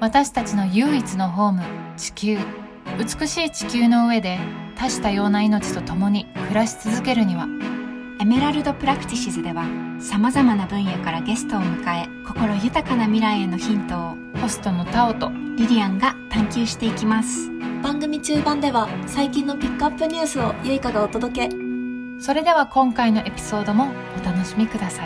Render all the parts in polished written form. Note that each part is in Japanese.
私たちの唯一のホーム、地球。美しい地球の上で多種多様な命と共に暮らし続けるには、 エメラルドプラクティシズではさまざまな分野からゲストを迎え、心豊かな未来へのヒントをホストのタオとリリアンが探求していきます。 番組中盤では最近のピックアップニュースをゆいかがお届け。 それでは今回のエピソードもお楽しみください。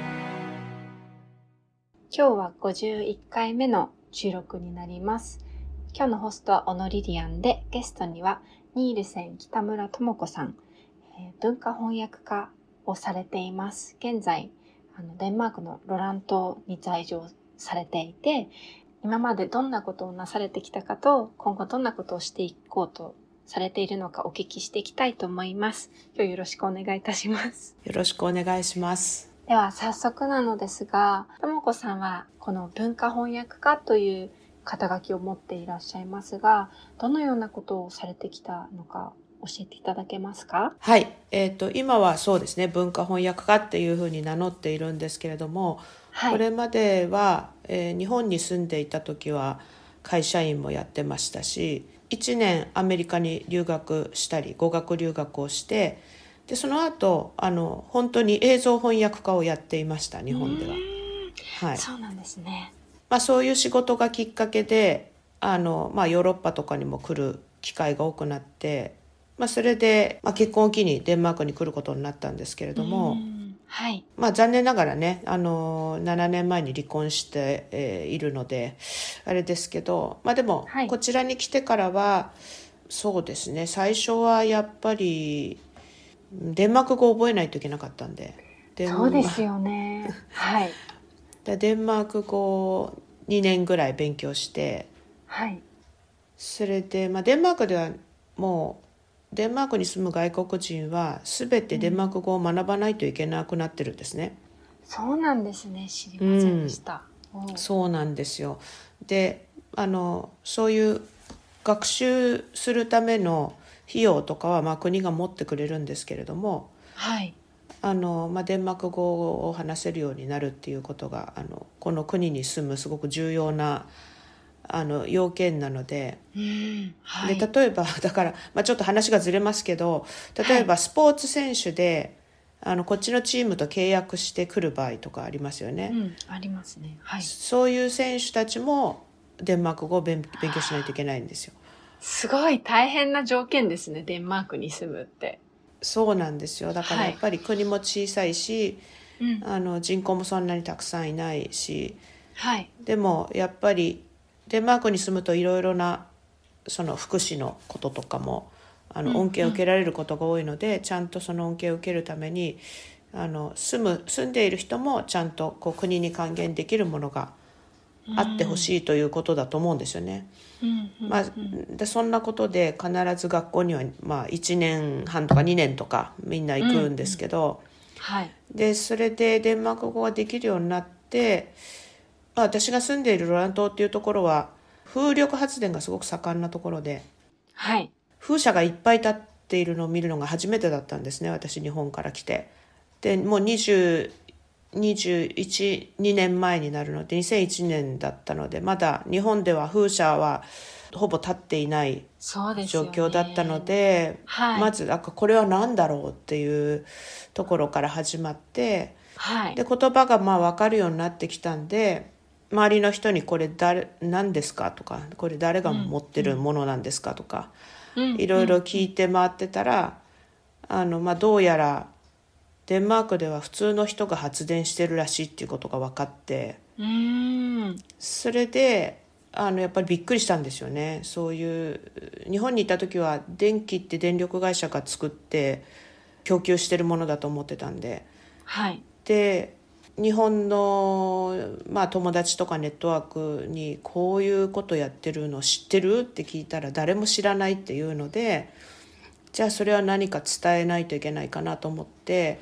今日は51回目の収録になります。今日のホストは小野リリアンで、ゲストにはニールセン北村智子さん、文化翻訳家をされています。現在デンマークのロラン島に在住されていて、今までどんなことをなされてきたかと、今後どんなことをしていこうとされているのかお聞きしていきたいと思います。今日よろしくお願いいたします。 よろしくお願いします。 では早速なのですが、智子さんはこの文化翻訳家という肩書きを持っていらっしゃいますが、どのようなことをされてきたのか教えていただけますか？ はい、今はそうですね、文化翻訳家っていうふうに名乗っているんですけれども、はい、これまでは、日本に住んでいた時は会社員もやってましたし、1年アメリカに留学したり語学留学をして、でその後本当に映像翻訳家をやっていました、日本では。 はい、そうなんですね。 そういう仕事がきっかけでヨーロッパとかにも来る機会が多くなって、それで、結婚を機にデンマークに来ることになったんですけれども、 はい、 残念ながらね7年前に離婚して、いるのであれですけど、でも、はい、こちらに来てからはそうですね、最初はやっぱりデンマーク語を覚えないといけなかったんで。 そうですよね。はい。 デンマーク語を2年ぐらい勉強して、 はい、 それで、デンマークではもうデンマークに住む外国人は全てデンマーク語を学ばないといけなくなってるんですね。 そうなんですね、知りませんでした。 そうなんですよ。でそういう学習するための費用とかは国が持ってくれるんですけれども、 はい、 デンマーク語を話せるようになるっていうことがこの国に住むすごく重要な要件なので、はい、で例えばだから、ちょっと話がずれますけど、例えばスポーツ選手で、こっちのチームと契約してくる場合とかありますよね。 ありますね。はい、 そういう選手たちもデンマーク語を勉強しないといけないんですよ。 すごい大変な条件ですね、デンマークに住むって。 そうなんですよ。だからやっぱり国も小さいし、人口もそんなにたくさんいないし、 はい、 でもやっぱりデンマークに住むといろいろなその福祉のこととかも恩恵を受けられることが多いので、ちゃんとその恩恵を受けるために住んでいる人もちゃんと国に還元できるものがあってほしいということだと思うんですよね。でそんなことで必ず学校には1年半とか2年とかみんな行くんですけど、 はい、 でそれでデンマーク語ができるようになって、私が住んでいるロラン島っていうところは風力発電がすごく盛んなところで、 はい、 風車がいっぱい立っているのを見るのが初めてだったんですね、私日本から来て。でもう21、2年前になるので2001年だったので、まだ日本では風車はほぼ立っていない状況だったので、 はい、 まずこれは何だろうっていうところから始まって、 はい、で言葉が分かるようになってきたんで、周りの人にこれ何ですかとか、これ誰が持ってるものなんですかとか、いろいろ聞いて回ってたら、どうやらデンマークでは普通の人が発電してるらしいっていうことが分かって、それでやっぱりびっくりしたんですよね。そういう日本にいた時は電気って電力会社が作って供給してるものだと思ってたんで、 はい、 で日本の、友達とかネットワークにこういうことやってるの知ってるって聞いたら誰も知らないっていうので、じゃあそれは何か伝えないといけないかなと思って、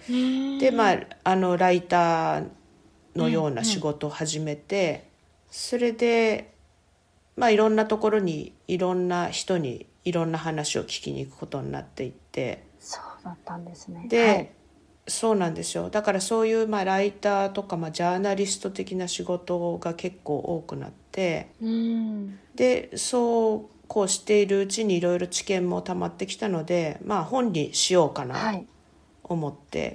でライターのような仕事を始めて、それでいろんなところにいろんな人にいろんな話を聞きに行くことになっていって、 そうだったんですね。 で、 そうなんですよ。だからそういう、ライターとか、ジャーナリスト的な仕事が結構多くなって、でそうこうしているうちにいろいろ知見もたまってきたので、本にしようかなと思って、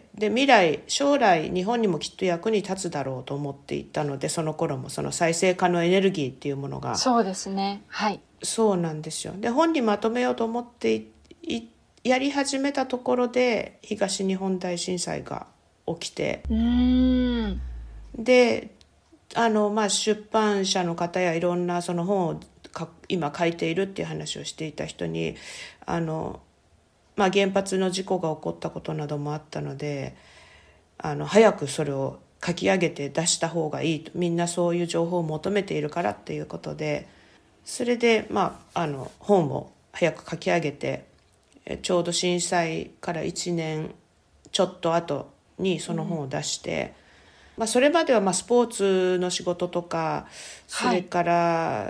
で将来日本にもきっと役に立つだろうと思っていたので、その頃もその再生可能エネルギーっていうものが、 そうですね、はい、 そうなんですよ。で本にまとめようと思ってやり始めたところで東日本大震災が起きて、で出版社の方やいろんなその本を今書いているっていう話をしていた人に原発の事故が起こったことなどもあったので、早くそれを書き上げて出した方がいいと、みんなそういう情報を求めているからっていうことで、それで本を早く書き上げて、ちょうど震災から1年ちょっと後にその本を出して、それまではスポーツの仕事とか、それから、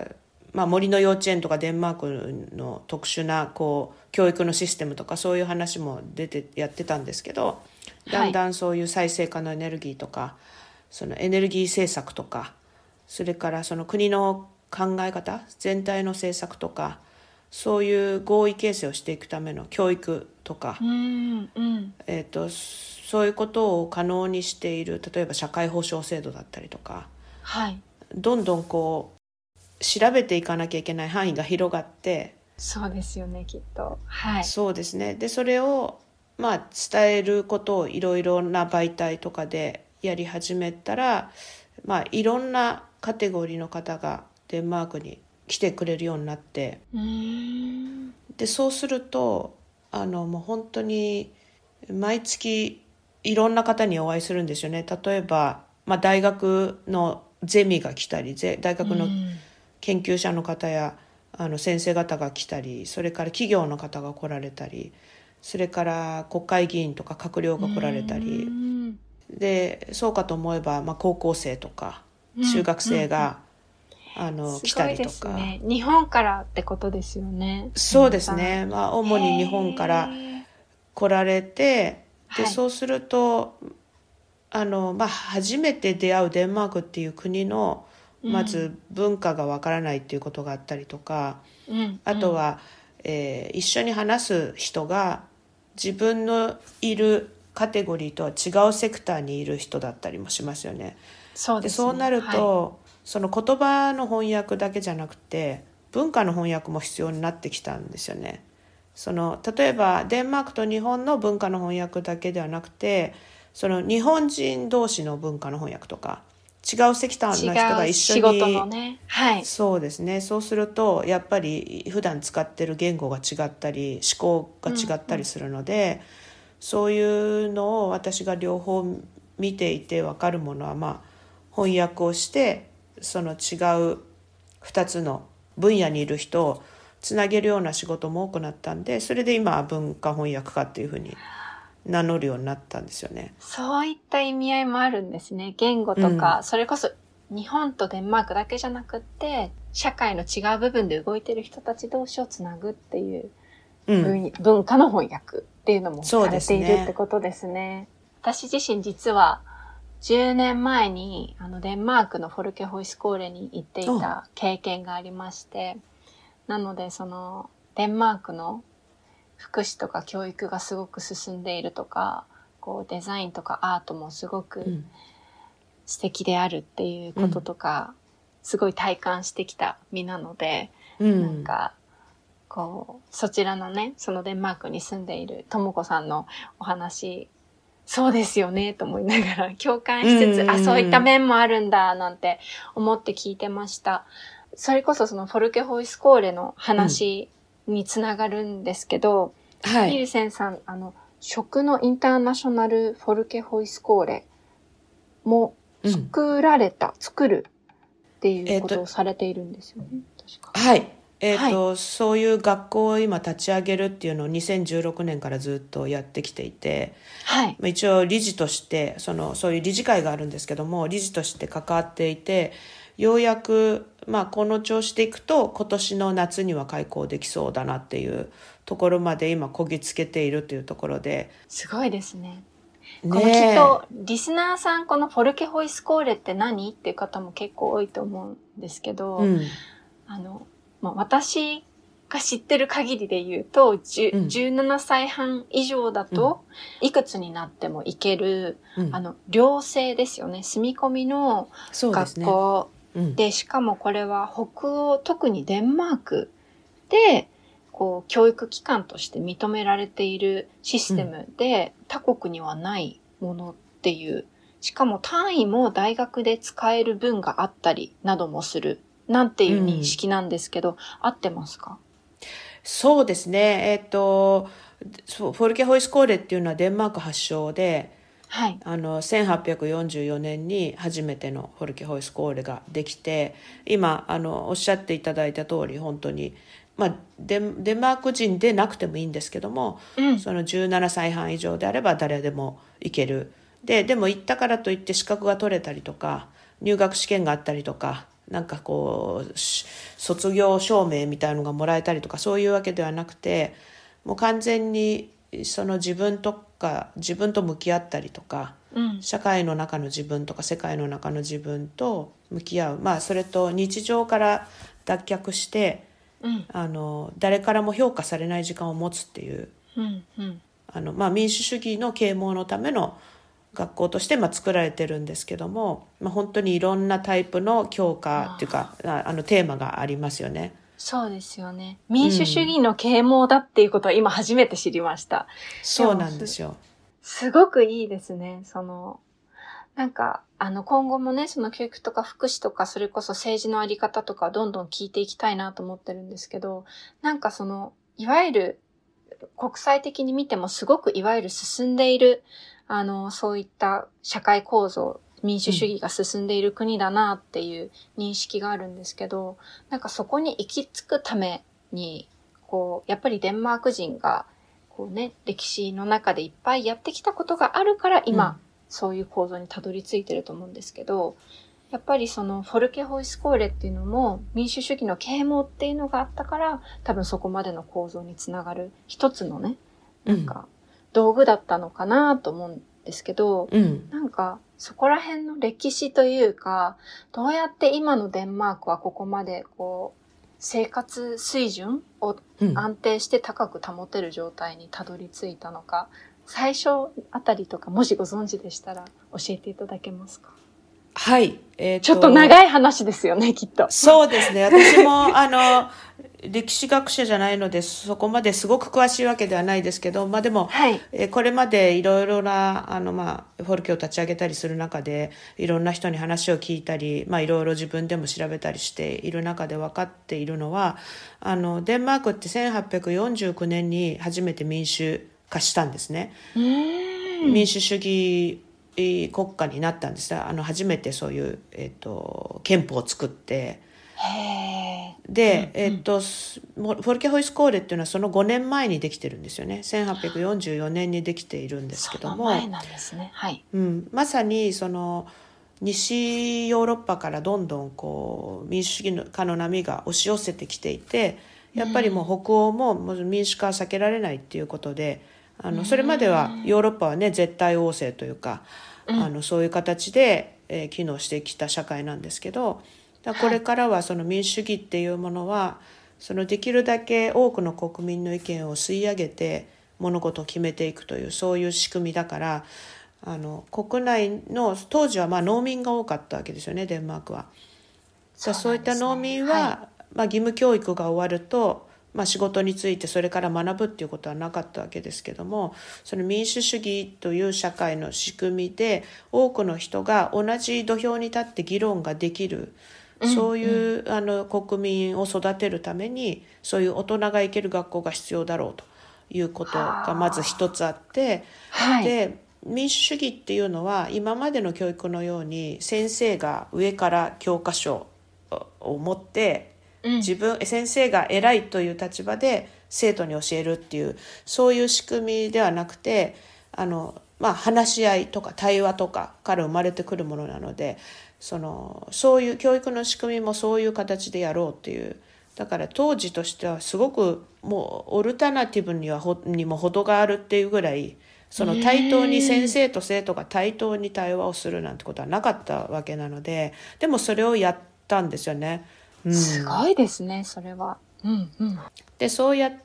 森の幼稚園とかデンマークの特殊な教育のシステムとか、そういう話もやってたんですけど、だんだんそういう再生可能エネルギーとか、そのエネルギー政策とか、それからその国の考え方全体の政策とか、そういう合意形成をしていくための教育とか、そういうことを可能にしている、例えば社会保障制度だったりとか、どんどん調べていかなきゃいけない範囲が広がって、 そうですよね、きっと。 そうですね。でそれを伝えることをいろいろな媒体とかでやり始めたら、いろんなカテゴリーの方がデンマークに来てくれるようになって、でそうするともう本当に毎月いろんな方にお会いするんですよね。例えば、大学のゼミが来たり、大学の研究者の方や先生方が来たり、それから企業の方が来られたり、それから国会議員とか閣僚が来られたり、でそうかと思えば、高校生とか中学生が、来たりとか。 すごいですね。日本からってことですよね。 そうですね。主に日本から来られて、でそうすると初めて出会うデンマークっていう国のまず文化がわからないっていうことがあったりとか、あとは、一緒に話す人が自分のいるカテゴリーとは違うセクターにいる人だったりもしますよね。 そうですね。 でそうなると、その言葉の翻訳だけじゃなくて文化の翻訳も必要になってきたんですよね。例えばデンマークと日本の文化の翻訳だけではなくて、その日本人同士の文化の翻訳とか、違うセクターの人が一緒に、 仕事のね、 そうですね。そうするとやっぱり普段使ってる言語が違ったり思考が違ったりするので、そういうのを私が両方見ていて分かるものは、翻訳をしてその違う2つの分野にいる人をつなげるような仕事も多くなったんで、それで今文化翻訳家っていうふうに名乗るようになったんですよね。 そういった意味合いもあるんですね。言語とか、それこそ日本とデンマークだけじゃなくって社会の違う部分で動いてる人たち同士をつなぐっていう文化の翻訳っていうのもされているってことですね。私自身実は10年前にデンマークのフォルケホイスコーレに行っていた経験がありまして、なのでそのデンマークの福祉とか教育がすごく進んでいるとか、デザインとかアートもすごく素敵であるっていうこととか、すごい体感してきた身なので、なんかそちらのね、そのデンマークに住んでいるともこさんのお話、そうですよねと思いながら共感しつつ、そういった面もあるんだなんて思って聞いてました。それこそそのフォルケホイスコーレの話につながるんですけど、ニルセンさん、食のインターナショナルフォルケホイスコーレも作るっていうことをされているんですよね。確か。 はい。そういう学校を今立ち上げるっていうのを2016年からずっとやってきていて、一応理事としてそういう理事会があるんですけども、理事として関わっていて、ようやく、この調子でいくと今年の夏には開校できそうだなっていうところまで今こぎつけているというところで。 すごいですね。 このきっとリスナーさん、このフォルケホイスコーレって何っていう方も結構多いと思うんですけど、私が知ってる限りで言うと、17歳半以上だと、いくつになっても行ける、寮生ですよね。住み込みの学校で、しかもこれは北欧、特にデンマークで、こう、教育機関として認められているシステムで、他国にはないものっていう、しかも単位も大学で使える分があったりなどもする、なんていう認識なんですけど、合ってますか？ そうですね。フォルケホイスコーレっていうのはデンマーク発祥で、 はい、 1844年に初めてのフォルケホイスコーレができて、今おっしゃっていただいた通り本当に、デンマーク人でなくてもいいんですけども、その17歳半以上であれば誰でも行ける。でも行ったからといって資格が取れたりとか、入学試験があったりとか、なんかこう卒業証明みたいなのがもらえたりとか、そういうわけではなくて、もう完全にその自分と向き合ったりとか、社会の中の自分とか世界の中の自分と向き合う、それと日常から脱却して、誰からも評価されない時間を持つっていう、民主主義の啓蒙のための学校として作られてるんですけども、本当にいろんなタイプの教科っていうかテーマがありますよね。 そうですよね。民主主義の啓蒙だっていうことは今初めて知りました。 そうなんですよ。 すごくいいですね。なんか今後もね、その教育とか福祉とか、それこそ政治のあり方とかどんどん聞いていきたいなと思ってるんですけど、なんかいわゆる国際的に見てもすごくいわゆる進んでいるそういった社会構造、民主主義が進んでいる国だなっていう認識があるんですけど、なんかそこに行き着くために、やっぱりデンマーク人が、歴史の中でいっぱいやってきたことがあるから、今、そういう構造にたどり着いてると思うんですけど、やっぱりフォルケホイスコーレっていうのも、民主主義の啓蒙っていうのがあったから、多分そこまでの構造につながる一つのね、なんか、道具だったのかなと思うんですけど、なんかそこら辺の歴史というか、どうやって今のデンマークはここまで生活水準を安定して高く保てる状態にたどり着いたのか、最初あたりとかもしご存知でしたら教えていただけますか？ はい。 ちょっと長い話ですよね、きっと。 そうですね。私も歴史学者じゃないのでそこまですごく詳しいわけではないですけど、でも、これまでいろいろなフォルケを立ち上げたりする中でいろんな人に話を聞いたり、いろいろ自分でも調べたりしている中で分かっているのは、デンマークって1849年に初めて民主化したんですね。民主主義国家になったんです。初めてそういう、憲法を作って、で、フォルケホイスコーレっていうのはその5年前にできてるんですよね。1844年にできているんですけども、 その前なんですね。はい。 まさに西ヨーロッパからどんどん民主主義化の波が押し寄せてきていて、やっぱりもう北欧も民主化は避けられないっていうことで、それまではヨーロッパはね、絶対王政というか、そういう形で、機能してきた社会なんですけど、これからはその民主主義っていうものは、できるだけ多くの国民の意見を吸い上げて物事を決めていくという、そういう仕組みだから、国内の当時は農民が多かったわけですよね、デンマークは。そういった農民は、義務教育が終わると、仕事についてそれから学ぶっていうことはなかったわけですけども、その民主主義という社会の仕組みで多くの人が同じ土俵に立って議論ができる、そういう国民を育てるためにそういう大人が行ける学校が必要だろうということがまず一つあって、で民主主義っていうのは今までの教育のように先生が上から教科書を持って先生が偉いという立場で生徒に教えるっていう、そういう仕組みではなくて、話し合いとか対話とかから生まれてくるものなので、そういう教育の仕組みもそういう形でやろうっていう、だから当時としてはすごくもうオルタナティブにも程があるっていうぐらい、 その対等に先生と生徒が対等に対話をするなんてことはなかったわけなので、でもそれをやったんですよね。 すごいですね、それは。 でそうやって、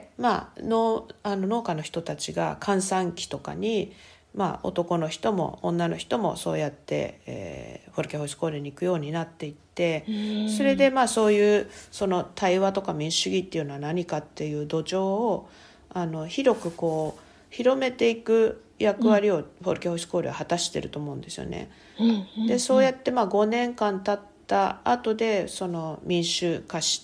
農家の人たちが閑散期とかに、男の人も女の人もそうやって、フォルケホイスコーレに行くようになっていって、それでそういうその対話とか民主主義っていうのは何かっていう土壌を広くこう広めていく役割をフォルケホイスコーレは果たしてると思うんですよね。でそうやって5年間経った後でその民主化して、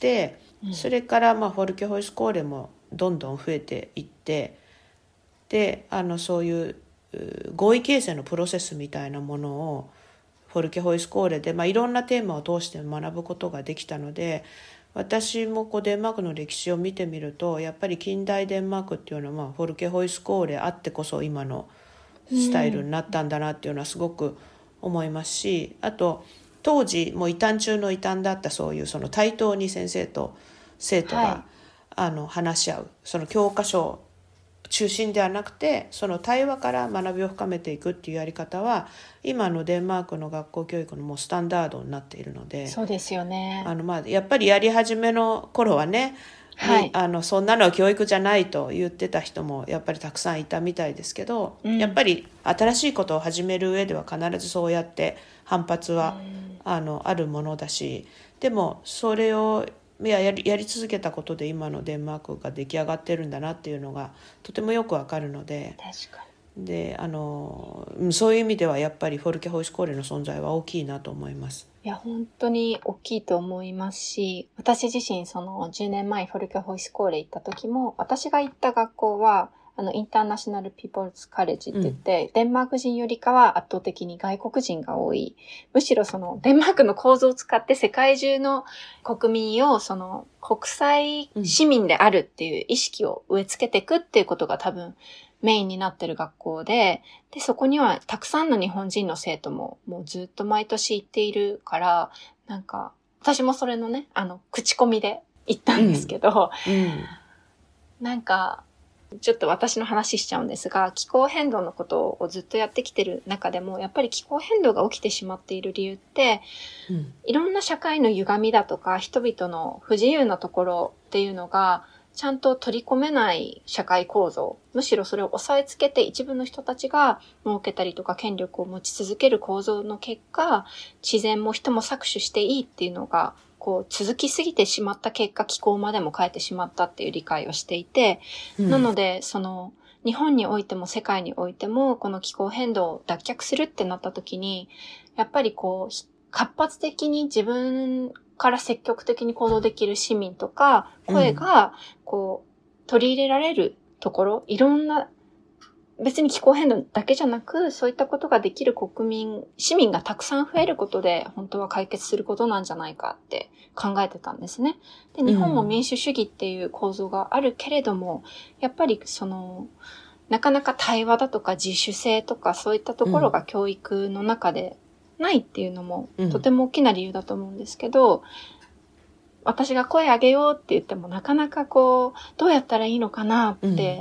それからフォルケホイスコーレもどんどん増えていって、でそういう合意形成のプロセスみたいなものをフォルケホイスコーレで、いろんなテーマを通して学ぶことができたので、私もデンマークの歴史を見てみると、やっぱり近代デンマークっていうのはフォルケホイスコーレあってこそ今のスタイルになったんだなっていうのはすごく思いますし、あと当時もう異端中の異端だったそういうその対等に先生と生徒が、話し合う、その教科書中心ではなくてその対話から学びを深めていくっていうやり方は今のデンマークの学校教育のもうスタンダードになっているので。 そうですよね。 やっぱりやり始めの頃はね、そんなのは教育じゃないと言ってた人もやっぱりたくさんいたみたいですけど、やっぱり新しいことを始める上では必ずそうやって反発は、あるものだし、でもそれをやり続けたことで今のデンマークが出来上がってるんだなっていうのがとてもよくわかるので、 確かにでそういう意味ではやっぱりフォルケホイスコーレの存在は大きいなと思います。 いや本当に大きいと思いますし、私自身その10年前フォルケホイスコーレ行った時も、私が行った学校はインターナショナルピーポルズカレッジって言って、デンマーク人よりかは圧倒的に外国人が多い。むしろそのデンマークの構造を使って世界中の国民をその国際市民であるっていう意識を植え付けていくっていうことが多分メインになってる学校で、そこにはたくさんの日本人の生徒ももうずっと毎年行っているから、なんか私もそれのね、口コミで行ったんですけど、なんかちょっと私の話しちゃうんですが、気候変動のことをずっとやってきてる中でも、やっぱり気候変動が起きてしまっている理由って、いろんな社会の歪みだとか、人々の不自由なところっていうのが、ちゃんと取り込めない社会構造、むしろそれを抑えつけて一部の人たちが儲けたりとか権力を持ち続ける構造の結果、自然も人も搾取していいっていうのが、続きすぎてしまった結果、気候までも変えてしまったっていう理解をしていて、なので、日本においても世界においても、この気候変動を脱却するってなった時に、やっぱり活発的に自分から積極的に行動できる市民とか、声が、取り入れられるところ、いろんな、別に気候変動だけじゃなく、そういったことができる市民がたくさん増えることで、本当は解決することなんじゃないかって考えてたんですね。で、日本も民主主義っていう構造があるけれども、やっぱりなかなか対話だとか自主性とかそういったところが教育の中でないっていうのも、とても大きな理由だと思うんですけど、私が声上げようって言ってもなかなかどうやったらいいのかなって、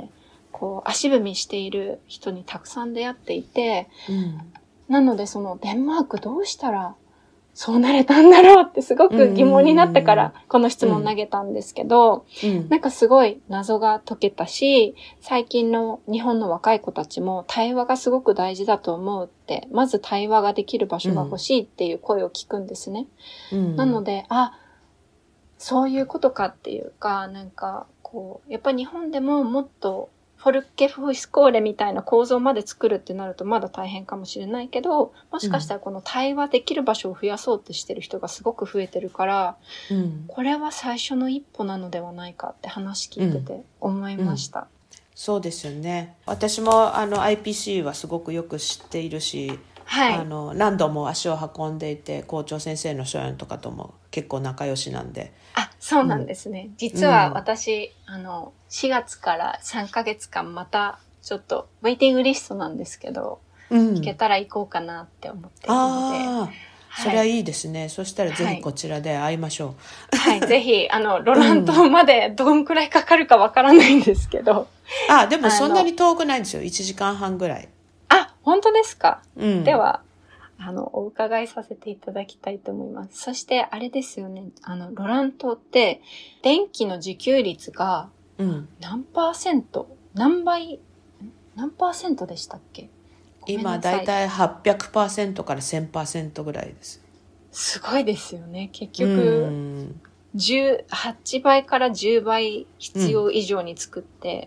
足踏みしている人にたくさん出会っていて、なのでデンマークどうしたらそうなれたんだろうってすごく疑問になったからこの質問投げたんですけど、なんかすごい謎が解けたし、最近の日本の若い子たちも対話がすごく大事だと思うって、まず対話ができる場所が欲しいっていう声を聞くんですね。なので、そういうことかっていうか、なんかやっぱり日本でももっとフォルケホイスコーレみたいな構造まで作るってなるとまだ大変かもしれないけど、もしかしたらこの対話できる場所を増やそうとしてる人がすごく増えてるから、これは最初の一歩なのではないかって話聞いてて思いました。 そうですよね。私もIPC はすごくよく知っているし、何度も足を運んでいて、校長先生の所園とかとも結構仲良しなんで。 そうなんですね。実は私、4月から3ヶ月間またちょっとウェイティングリストなんですけど、行けたら行こうかなって思っているので。 それはいいですね。そしたらぜひこちらで会いましょう。ぜひ、ロラン島までどんくらいかかるかわからないんですけど、 でもそんなに遠くないんですよ。1時間半ぐらい。 本当ですか？ うん。 では、お伺いさせていただきたいと思います。そして、あれですよね。ロラン島って、電気の自給率が、何%、何%でしたっけ？ 今、だいたい800% から 1000% ぐらいです。 すごいですよね。結局、8倍から10倍必要以上に作って、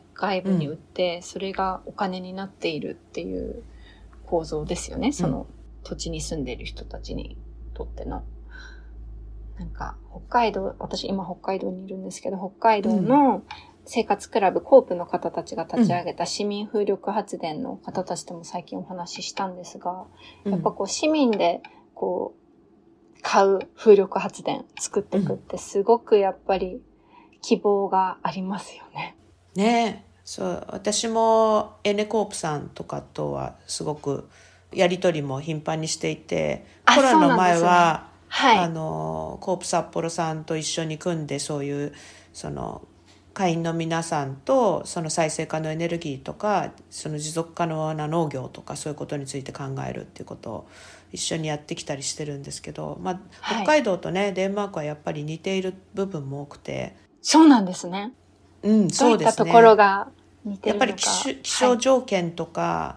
外部に売って、それがお金になっているっていう構造ですよね。その土地に住んでいる人たちにとっての。なんか、北海道、私今北海道にいるんですけど、北海道の生活クラブ、コープの方たちが立ち上げた市民風力発電の方たちとも最近お話ししたんですが、やっぱこう市民でこう、買う風力発電作っていくってすごくやっぱり希望がありますよね。 ねえ、そう、私もエネコープさんとかとはすごくやり取りも頻繁にしていて、コロナの前は、コープ札幌さんと一緒に組んで、そういうその会員の皆さんとその再生可能エネルギーとかその持続可能な農業とかそういうことについて考えるっていうことを一緒にやってきたりしてるんですけど、北海道とね、デンマークはやっぱり似ている部分も多くて。 そうなんですね。 そうですね。 どういったところが似てるのか。 やっぱり気象条件とか、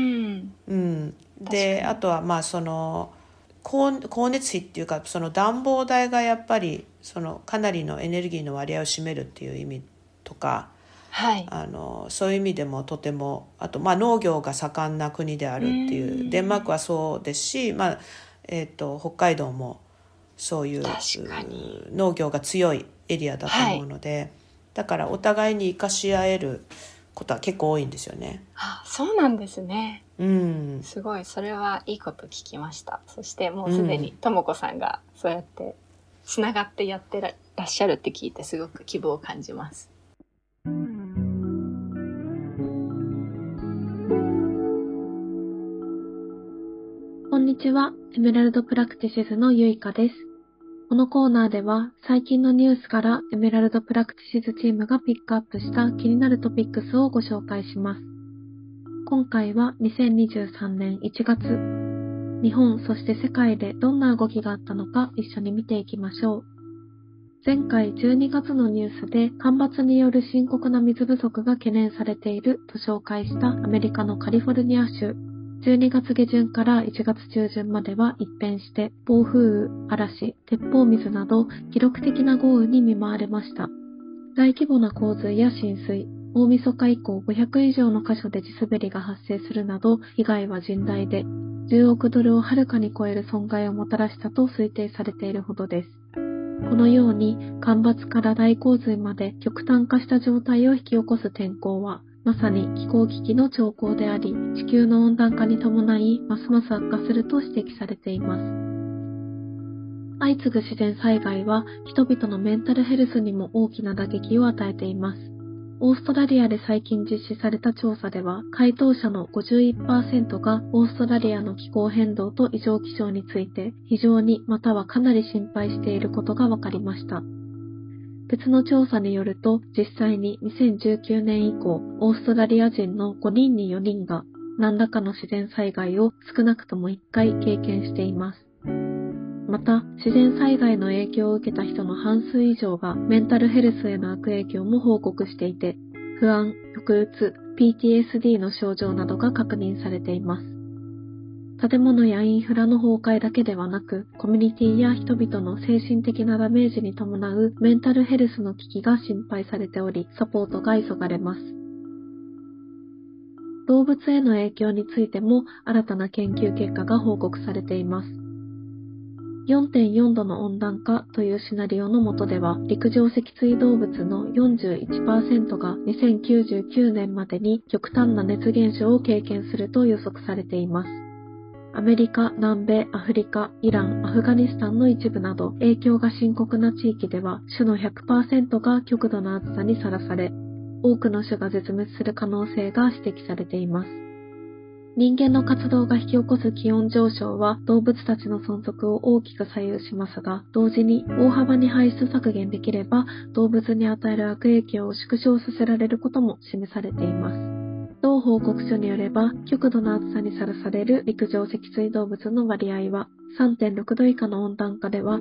で、あとはその光熱費っていうか、その暖房代がやっぱりそのかなりのエネルギーの割合を占めるっていう意味とか、そういう意味でもとても、あと農業が盛んな国であるっていう、デンマークはそうですし、北海道もそういう農業が強いエリアだと思うので、だからお互いに生かし合えることは結構多いんですよね。 そうなんですね。すごい、それはいいこと聞きました。そしてもうすでにともこさんがそうやってつながってやってらっしゃるって聞いてすごく希望を感じます。 こんにちは、エメラルドプラクティシズのゆいかです。このコーナーでは最近のニュースからエメラルドプラクティシズチームがピックアップした気になるトピックスをご紹介します。今回は2023年1月、日本そして世界でどんな動きがあったのか一緒に見ていきましょう。前回12月のニュースで干ばつによる深刻な水不足が懸念されていると紹介したアメリカのカリフォルニア州。12月下旬から1月中旬までは一変して暴風雨、嵐、鉄砲水など記録的な豪雨に見舞われました。大規模な洪水や浸水、大晦日以降500以上の箇所で地滑りが発生するなど被害は甚大で、10億ドルをはるかに超える損害をもたらしたと推定されているほどです。このように干ばつから大洪水まで極端化した状態を引き起こす天候は、まさに気候危機の兆候であり、地球の温暖化に伴い、ますます悪化すると指摘されています。相次ぐ自然災害は、人々のメンタルヘルスにも大きな打撃を与えています。オーストラリアで最近実施された調査では、回答者の 51% がオーストラリアの気候変動と異常気象について、非常にまたはかなり心配していることが分かりました。別の調査によると、実際に2019年以降、オーストラリア人の5人に4人が何らかの自然災害を少なくとも1回経験しています。また、自然災害の影響を受けた人の半数以上がメンタルヘルスへの悪影響も報告していて、不安、抑うつ、PTSD の症状などが確認されています。建物やインフラの崩壊だけではなく、コミュニティや人々の精神的なダメージに伴うメンタルヘルスの危機が心配されており、サポートが急がれます。動物への影響についても新たな研究結果が報告されています。4.4 度の温暖化というシナリオの下では、陸上脊椎動物の 41% が2099年までに極端な熱減少を経験すると予測されています。アメリカ、南米、アフリカ、イラン、アフガニスタンの一部など影響が深刻な地域では種の 100% が極度の暑さにさらされ、多くの種が絶滅する可能性が指摘されています。 人間の活動が引き起こす気温上昇は動物たちの存続を大きく左右しますが、同時に大幅に排出削減できれば動物に与える悪影響を縮小させられることも示されています。同報告書によれば、極度の暑さにさらされる陸上脊椎動物の割合は 3.6 度以下の温暖化では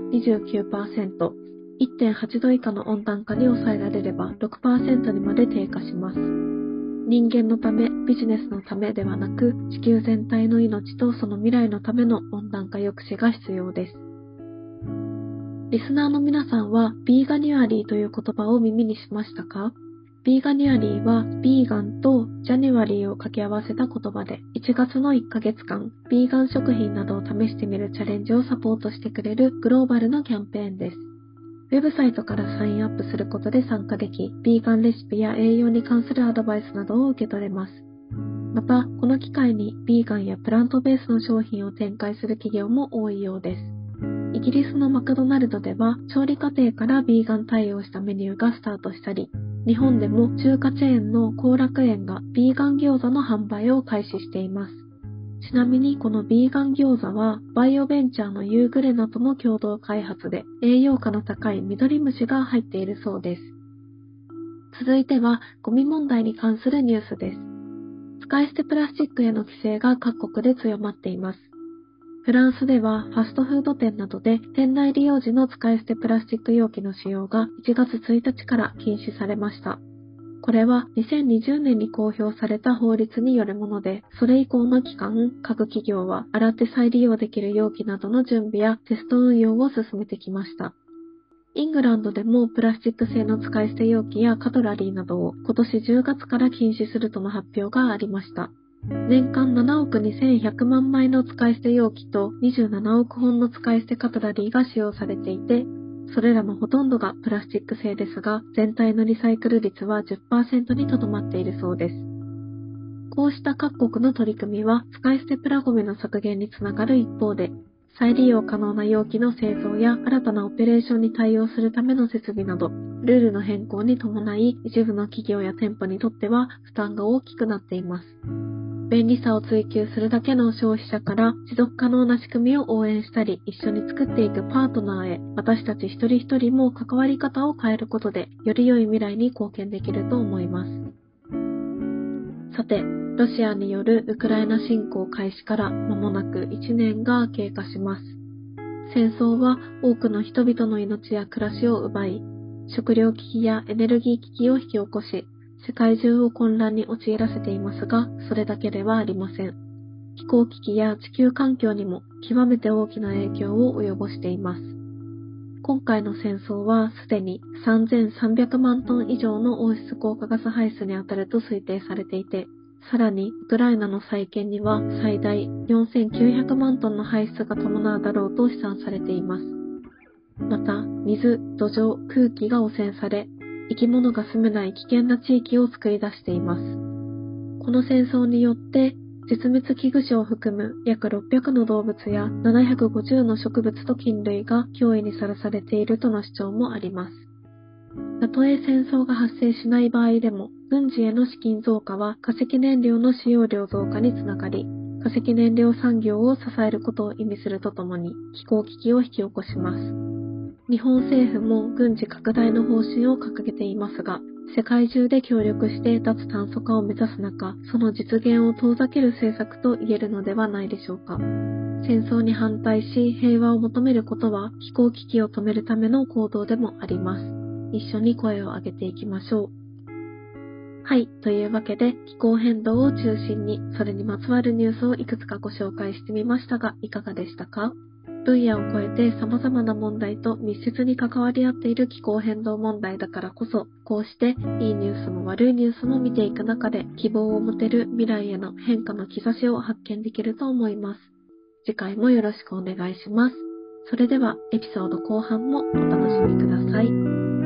29%、1.8 度以下の温暖化に抑えられれば 6% にまで低下します。人間のため、ビジネスのためではなく、地球全体の命とその未来のための温暖化抑止が必要です。リスナーの皆さんは、ビーガニュアリーという言葉を耳にしましたか？ビーガニュアリーは、ビーガンとジャニュアリーを掛け合わせた言葉で、1月の1ヶ月間、ビーガン食品などを試してみるチャレンジをサポートしてくれるグローバルなキャンペーンです。ウェブサイトからサインアップすることで参加でき、ビーガンレシピや栄養に関するアドバイスなどを受け取れます。また、この機会にビーガンやプラントベースの商品を展開する企業も多いようです。イギリスのマクドナルドでは、調理過程からビーガン対応したメニューがスタートしたり、日本でも中華チェーンの幸楽苑がビーガン餃子の販売を開始しています。ちなみにこのビーガン餃子はバイオベンチャーのユーグレナとの共同開発で栄養価の高い緑虫が入っているそうです。続いてはゴミ問題に関するニュースです。使い捨てプラスチックへの規制が各国で強まっています。フランスではファストフード店などで店内利用時の使い捨てプラスチック容器の使用が1月1日から禁止されました。これは2020年に公表された法律によるもので、それ以降の期間、各企業は洗って再利用できる容器などの準備やテスト運用を進めてきました。イングランドでもプラスチック製の使い捨て容器やカトラリーなどを今年10月から禁止するとの発表がありました。年間7億2100万枚の使い捨て容器と27億本の使い捨てカトラリーが使用されていて、それらのほとんどがプラスチック製ですが、全体のリサイクル率は 10% にとどまっているそうです。こうした各国の取り組みは、使い捨てプラゴミの削減につながる一方で、再利用可能な容器の製造や新たなオペレーションに対応するための設備など、ルールの変更に伴い、一部の企業や店舗にとっては負担が大きくなっています。便利さを追求するだけの消費者から持続可能な仕組みを応援したり、一緒に作っていくパートナーへ、私たち一人一人も関わり方を変えることで、より良い未来に貢献できると思います。さて、ロシアによるウクライナ侵攻開始から間もなく1年が経過します。戦争は多くの人々の命や暮らしを奪い、食糧危機やエネルギー危機を引き起こし、世界中を混乱に陥らせていますが、それだけではありません。気候危機や地球環境にも極めて大きな影響を及ぼしています。今回の戦争はすでに3300万トン以上の温室効果ガス排出に当たると推定されていて、さらにウクライナの再建には最大4900万トンの排出が伴うだろうと試算されています。また、水、土壌、空気が汚染され、生き物が住めない危険な地域を作り出しています。この戦争によって、絶滅危惧種を含む約600の動物や750の植物と菌類が脅威にさらされているとの主張もあります。たとえ戦争が発生しない場合でも、軍事への資金増加は化石燃料の使用量増加につながり、化石燃料産業を支えることを意味するとともに、気候危機を引き起こします。日本政府も軍事拡大の方針を掲げていますが、世界中で協力して脱炭素化を目指す中、その実現を遠ざける政策と言えるのではないでしょうか。戦争に反対し平和を求めることは気候危機を止めるための行動でもあります。一緒に声を上げていきましょう。はい、というわけで気候変動を中心にそれにまつわるニュースをいくつかご紹介してみましたが、いかがでしたか？分野を超えて様々な問題と密接に関わり合っている気候変動問題だからこそ、こうしていいニュースも悪いニュースも見ていく中で希望を持てる未来への変化の兆しを発見できると思います。次回もよろしくお願いします。それではエピソード後半もお楽しみください。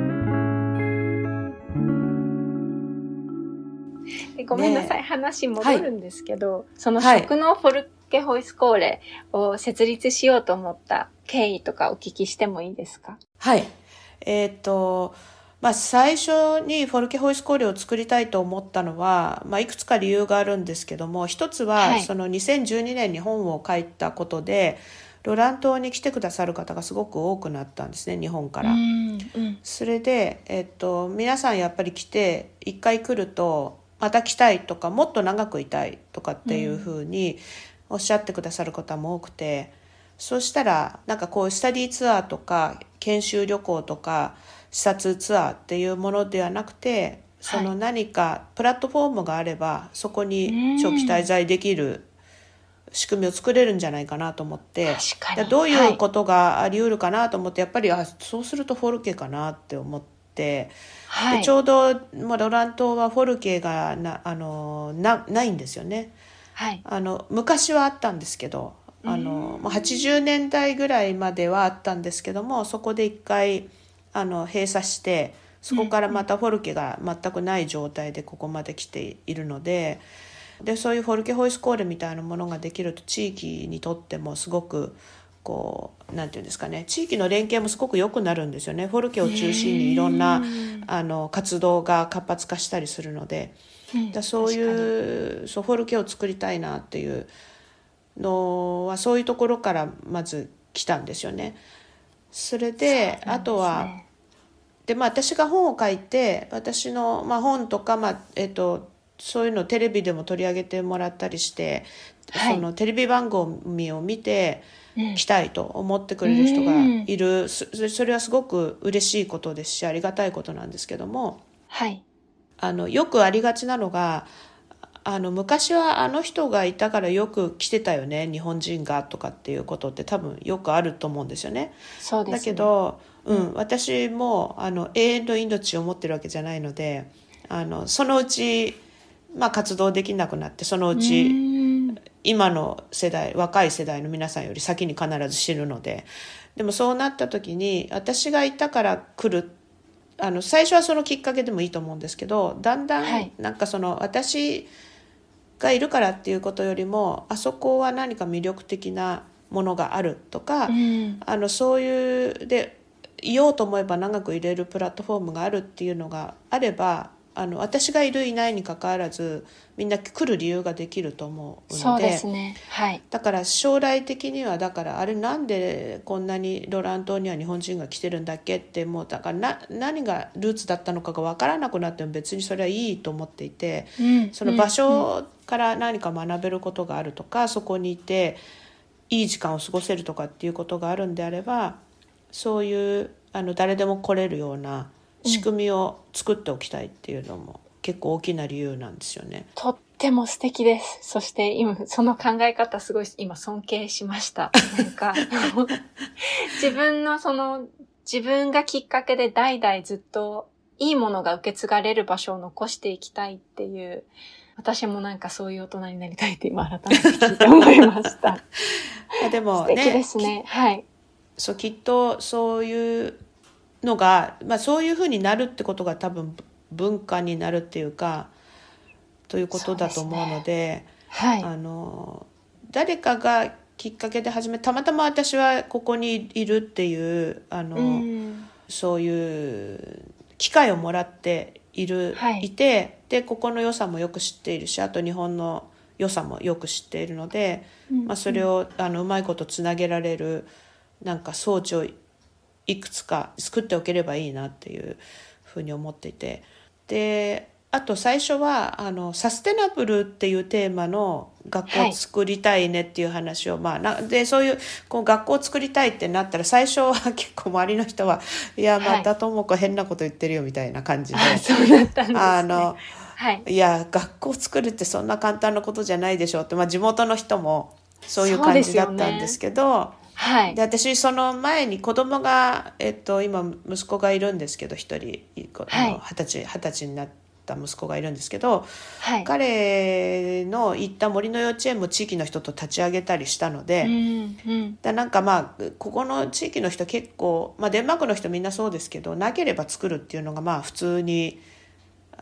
ごめんなさい、話戻るんですけど、その食のフォルケホイスコーレを設立しようと思った経緯とかお聞きしてもいいですか？ はい。 最初にフォルケホイスコーレを作りたいと思ったのは、いくつか理由があるんですけども、一つはその2012年に本を書いたことで、ロラン島に来てくださる方がすごく多くなったんですね、日本から。それで、皆さんやっぱり来て一回来るとまた来たいとか、もっと長くいたいとかっていうふうにおっしゃってくださる方も多くて、そうしたらなんかこうスタディツアーとか研修旅行とか視察ツアーっていうものではなくて、その何かプラットフォームがあればそこに長期滞在できる仕組みを作れるんじゃないかなと思って、どういうことがあり得るかなと思って、やっぱりそうするとフォルケかなって思って、でちょうどロラン島はフォルケがないんですよね。昔はあったんですけど、80年代ぐらいまではあったんですけども、そこで一回閉鎖して、そこからまたフォルケが全くない状態でここまで来ているので、そういうフォルケホイスコーレみたいなものができると、地域にとってもすごくこうなんていうんですかね、地域の連携もすごく良くなるんですよね。フォルケを中心にいろんな活動が活発化したりするので、そういうフォルケを作りたいなっていうのは、そういうところからまず来たんですよね。それであとは私が本を書いて、私の、本とか、そういうのをテレビでも取り上げてもらったりして、そのテレビ番組を見て来たいと思ってくれる人がいる、それはすごく嬉しいことですし、ありがたいことなんですけども、よくありがちなのが、昔はあの人がいたからよく来てたよね、日本人がとかっていうことって多分よくあると思うんですよね。 そうですね。 だけど、私も永遠の命を持ってるわけじゃないので、そのうち、活動できなくなって、そのうち今の世代、若い世代の皆さんより先に必ず死ぬので、でもそうなった時に私がいたから来る、最初はそのきっかけでもいいと思うんですけど、だんだんなんかその私がいるからっていうことよりも、あそこは何か魅力的なものがあるとか、そういうでいようと思えば長くいれるプラットフォームがあるっていうのがあれば、私がいるいないに関わらずみんな来る理由ができると思うので、 そうですね、 だから将来的には、だからあれなんでこんなにロラン島には日本人が来てるんだっけって、もうだから何がルーツだったのかが分からなくなっても別にそれはいいと思っていて、その場所から何か学べることがあるとか、そこにいていい時間を過ごせるとかっていうことがあるんであれば、そういう誰でも来れるような仕組みを作っておきたいっていうのも結構大きな理由なんですよね。 とっても素敵です。そして今その考え方すごい今尊敬しました。なんか自分がきっかけで代々ずっといいものが受け継がれる場所を残していきたいっていう、私もなんかそういう大人になりたいって今改めて聞いて思いました。 でもね、 素敵ですね。 そう、きっとそういうのが、そういうふうになるってことが多分文化になるっていうかということだと思うので、誰かがきっかけでたまたま私はここにいるっていうそういう機会をもらっていて、でここの良さもよく知っているし、あと日本の良さもよく知っているので、それをうまいことつなげられるなんか装置をいくつか作っておければいいなっていうふうに思っていて、であと最初はサステナブルっていうテーマの学校を作りたいねっていう話を、でそういう学校を作りたいってなったら、最初は結構周りの人は、いやまたとも子変なこと言ってるよみたいな感じで、 そうだったんですね。 いや学校を作るってそんな簡単なことじゃないでしょって、地元の人もそういう感じだったんですけど、で私その前に子供が、今息子がいるんですけど、一人20歳になった息子がいるんですけど、彼の行った森の幼稚園も地域の人と立ち上げたりしたので、なんかここの地域の人結構、デンマークの人みんなそうですけど、なければ作るっていうのが普通に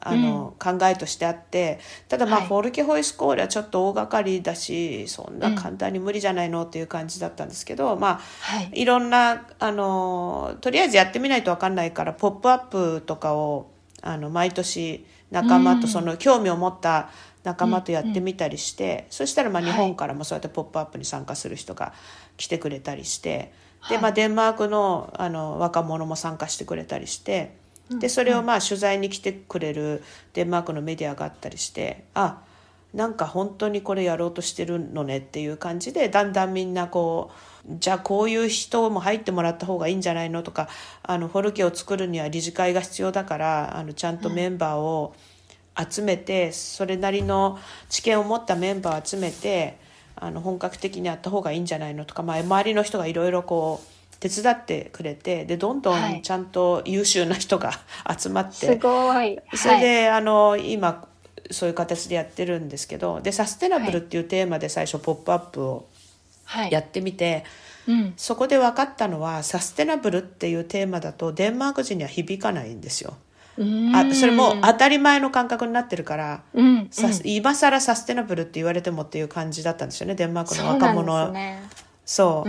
考えとしてあって、ただはいフォルケホイスコールはちょっと大掛かりだし、そんな簡単に無理じゃないのっていう感じだったんですけど、 はいいろんなとりあえずやってみないと分かんないから、ポップアップとかを毎年仲間と、その興味を持った仲間とやってみたりして、そしたら日本からもそうやってポップアップに参加する人が来てくれたりして、でデンマークの若者も参加してくれたりして、でそれを取材に来てくれるデンマークのメディアがあったりして、なんか本当にこれやろうとしてるのねっていう感じで、だんだんみんなじゃあこういう人も入ってもらった方がいいんじゃないのとか、フォルケを作るには理事会が必要だから、ちゃんとメンバーを集めて、それなりの知見を持ったメンバーを集めて本格的にやった方がいいんじゃないのとか、周りの人がいろいろ手伝ってくれて、でどんどんちゃんと優秀な人が集まって、 すごい。 それで、今そういう形でやってるんですけど、でサステナブルっていうテーマで最初ポップアップをやってみて、そこで分かったのは、サステナブルっていうテーマだとデンマーク人には響かないんですよ。それも当たり前の感覚になってるから、今更サステナブルって言われてもっていう感じだったんですよね、デンマークの若者。 そうなんですね。 そう、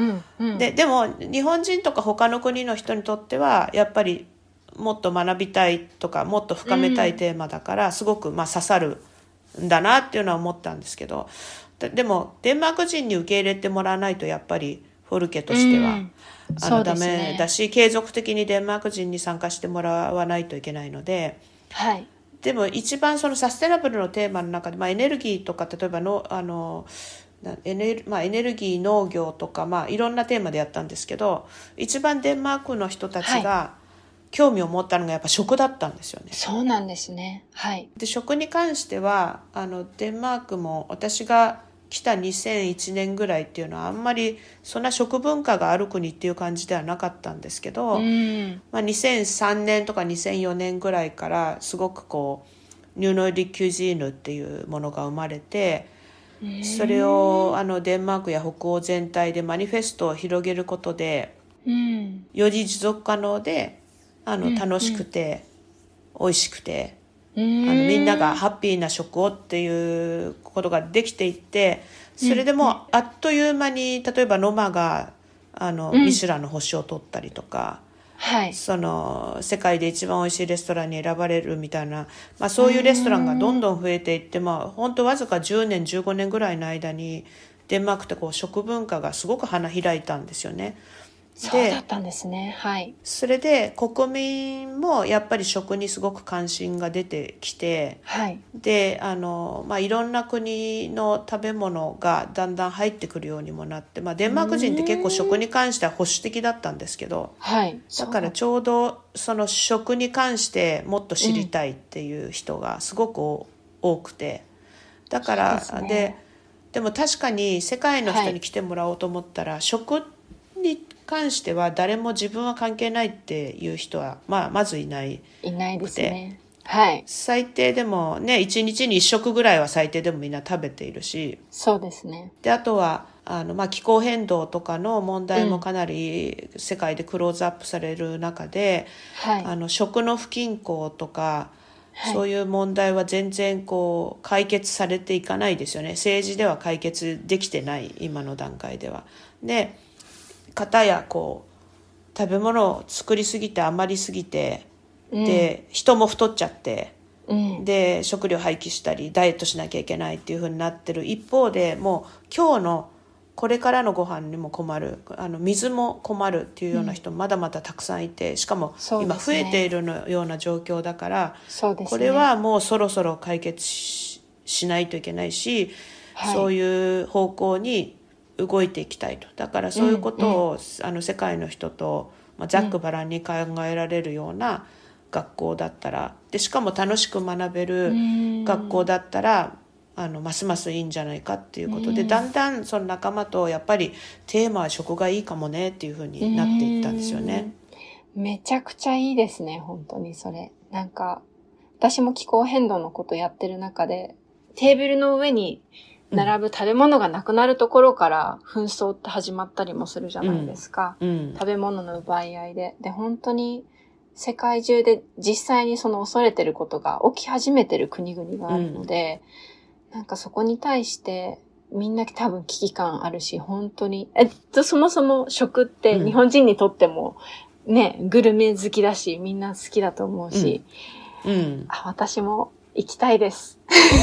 でも日本人とか他の国の人にとってはやっぱりもっと学びたいとかもっと深めたいテーマだから、すごく刺さるんだなっていうのは思ったんですけど、でもデンマーク人に受け入れてもらわないとやっぱりフォルケとしては、ダメだし、継続的にデンマーク人に参加してもらわないといけないので、でも一番そのサステナブルのテーマの中で、エネルギーとか、例えばエネルギー、農業とか、いろんなテーマでやったんですけど、一番デンマークの人たちが興味を持ったのがやっぱ食だったんですよね。 そうなんですね。で食に関してはデンマークも私が来た2001年ぐらいっていうのはあんまりそんな食文化がある国っていう感じではなかったんですけど、2003年とか2004年ぐらいからすごくニューノルディック・キュジーヌっていうものが生まれて、それをデンマークや北欧全体でマニフェストを広げることで、より持続可能で楽しくて、美味しくて、みんながハッピーな食をっていうことができていって、それでもあっという間に例えばノマがミシュランの星を取ったりとか、その世界で一番美味しいレストランに選ばれるみたいな、そういうレストランがどんどん増えていって、本当わずか10年15年ぐらいの間にデンマークって食文化がすごく花開いたんですよね。 そうだったんですね。 それで国民もやっぱり食にすごく関心が出てきて、でいろんな国の食べ物がだんだん入ってくるようにもなって、デンマーク人って結構食に関しては保守的だったんですけど、だからちょうどその食に関してもっと知りたいっていう人がすごく多くて、だから でも確かに世界の人に来てもらおうと思ったら、食に関しては誰も自分は関係ないっていう人はまずいないですね。 最低でもね、1日に1食ぐらいは最低でもみんな食べているし、 そうですね。 であとは気候変動とかの問題もかなり世界でクローズアップされる中で、食の不均衡とか、そういう問題は全然解決されていかないですよね。政治では解決できてない今の段階では。で片や食べ物を作りすぎて余りすぎて、で人も太っちゃって、で食料廃棄したりダイエットしなきゃいけないっていう風になってる一方で、もう今日のこれからのご飯にも困る、水も困るっていうような人もまだまだたくさんいて、しかも今増えているような状況だから、これはもうそろそろ解決 しないといけないし、そういう方向に動いていきたいと。だからそういうことを、世界の人と、ざっくばらんに考えられるような学校だったら、でしかも楽しく学べる学校だったら、ますますいいんじゃないかっていうことで、だんだんその仲間とやっぱりテーマは食がいいかもねっていう風になっていったんですよね。 めちゃくちゃいいですね、本当にそれ。なんか私も気候変動のことやってる中で、テーブルの上に並ぶ食べ物がなくなるところから紛争って始まったりもするじゃないですか。食べ物の奪い合いで。で、本当に世界中で実際にその恐れてることが起き始めてる国々があるので、なんかそこに対してみんな多分危機感あるし、本当に、そもそも食って日本人にとってもね、グルメ好きだし、みんな好きだと思うし、私も行きたいです。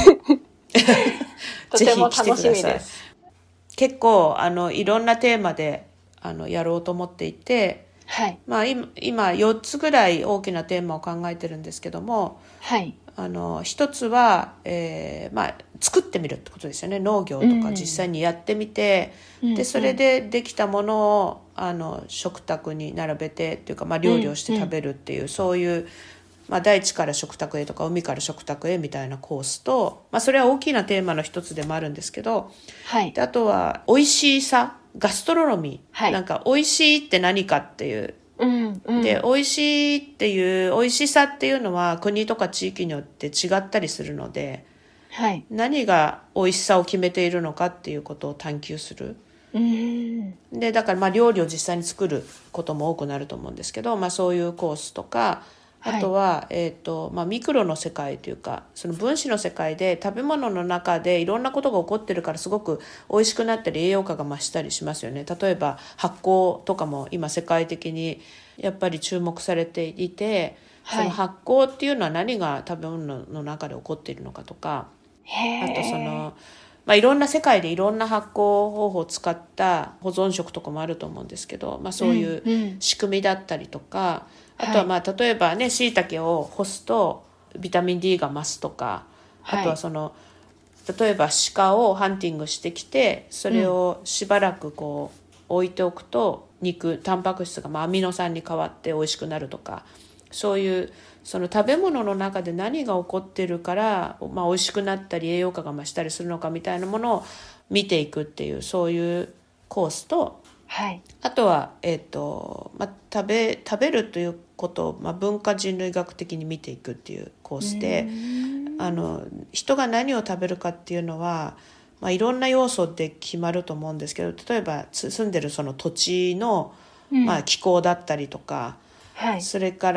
とても楽しみです。 結構いろんなテーマでやろうと思っていて、 はい。 まあ今4つぐらい大きなテーマを考えてるんですけども、 はい。 一つは、まあ作ってみるってことですよね。農業とか実際にやってみて、でそれでできたものを食卓に並べてっていうか、まあ料理をして食べるっていう、そういうまあ、大地から食卓へとか海から食卓へみたいなコースと、まあ、それは大きなテーマの一つでもあるんですけど、 はい、 であとは美味しさ、ガストロノミー、はい、なんか美味しいって何かっていう、で美味しいっていう美味しさっていうのは国とか地域によって違ったりするので、 はい、 何が美味しさを決めているのかっていうことを探求する。でだからまあ料理を実際に作ることも多くなると思うんですけど、まあ、そういうコースとか、あとは、まあ、ミクロの世界というか、その分子の世界で食べ物の中でいろんなことが起こってるからすごく美味しくなったり栄養価が増したりしますよね。例えば発酵とかも今世界的にやっぱり注目されていて、その発酵っていうのは何が食べ物の中で起こっているのかとか、あとそのまあ、いろんな世界でいろんな発酵方法を使った保存食とかもあると思うんですけど、まあ、そういう仕組みだったりとか、あとはまあ例えばね、椎茸を干すとビタミン D が増すとか、あとはその例えば鹿をハンティングしてきてそれをしばらくこう置いておくとタンパク質がまあアミノ酸に変わって美味しくなるとか、そういうその食べ物の中で何が起こってるから、まあ、美味しくなったり栄養価が増したりするのかみたいなものを見ていくっていう、そういうコースと、 はい、 あとは、まあ、食べるということを、まあ、文化人類学的に見ていくっていうコースで、人が何を食べるかっていうのは、まあ、いろんな要素で決まると思うんですけど、例えば住んでるその土地の、まあ、気候だったりとか、はい、それから、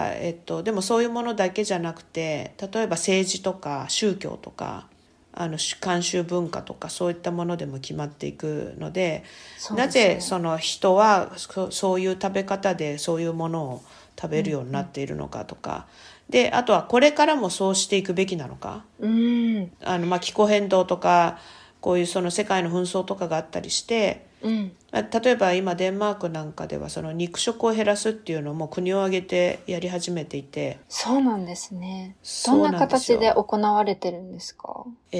でもそういうものだけじゃなくて、例えば政治とか宗教とか慣習文化とかそういったものでも決まっていくので、なぜその人はそういう食べ方でそういうものを食べるようになっているのかとか、であとはこれからもそうしていくべきなのか、まあ、気候変動とかこういうその世界の紛争とかがあったりして、例えば今デンマークなんかではその肉食を減らすっていうのも国を挙げてやり始めていて。 そうなんですね。どんな形で行われてるんですか？ もう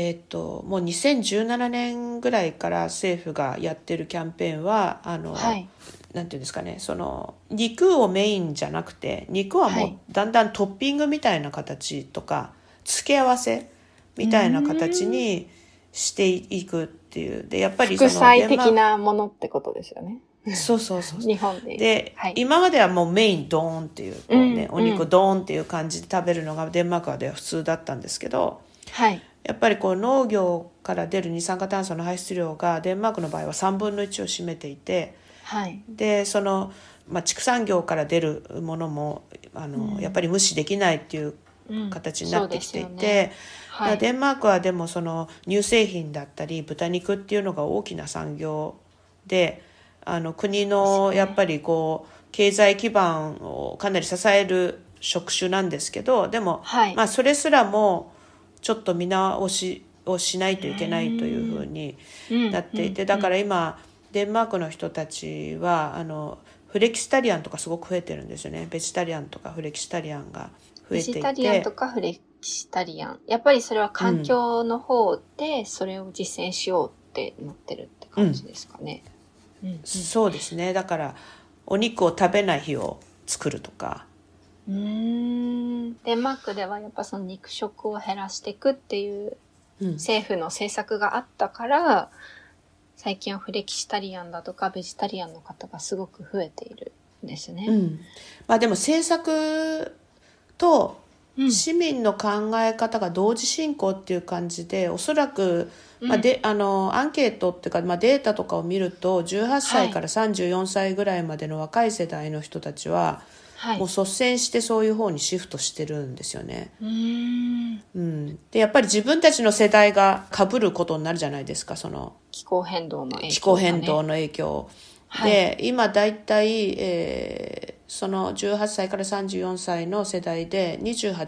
2017年ぐらいから政府がやってるキャンペーンははい、なんていうんですかね、その肉をメインじゃなくて、肉はもうだんだんトッピングみたいな形とか付け合わせみたいな形にしていくっていう。でやっぱりその副菜的なものってことですよね。 そう日本で、はい、今まではもうメインドーンっていう、お肉ドーンっていう感じで食べるのがデンマークでは普通だったんですけど、 はい、 やっぱりこう農業から出る二酸化炭素の排出量がデンマークの場合は3分の1を占めていて、 はい、 でその、まあ、畜産業から出るものもやっぱり無視できないっていう形になってきていて、はい、デンマークはでもその乳製品だったり豚肉っていうのが大きな産業で、国のやっぱりこう経済基盤をかなり支える職種なんですけど、でも、はい、まあ、それすらもちょっと見直しをしないといけないというふうになっていて、だから今デンマークの人たちはフレキシタリアンとかすごく増えてるんですよね。ベジタリアンとかフレキシタリアンが増えていて、 ベジタリアンとかフレキシタリアン、やっぱりそれは環境の方でそれを実践しようってなってるって感じですかね。 そうですね。だからお肉を食べない日を作るとか。 デンマークではやっぱその肉食を減らしていくっていう政府の政策があったから、最近はフレキシタリアンだとかベジタリアンの方がすごく増えているんですね。 まあでも政策と市民の考え方が同時進行っていう感じで、おそらく、まあ、アンケートっていうか、まあ、データとかを見ると18歳から34歳ぐらいまでの若い世代の人たちは、 もう率先してそういう方にシフトしてるんですよね。でやっぱり自分たちの世代が被ることになるじゃないですか、その気候変動の影響、 気候変動の影響、で今だいたいその18歳から34歳の世代で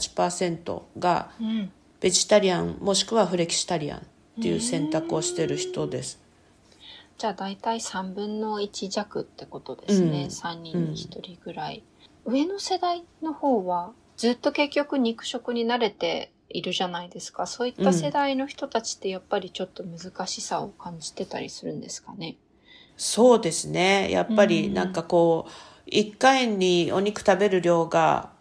28% がベジタリアンもしくはフレキシタリアンっていう選択をしてる人です。 じゃあだいたい3分の1弱ってことですね、3人に1人ぐらい。上の世代の方はずっと結局肉食に慣れているじゃないですか。そういった世代の人たちってやっぱりちょっと難しさを感じてたりするんですかね。 そうですね。やっぱりなんかこう、1回にお肉食べる量が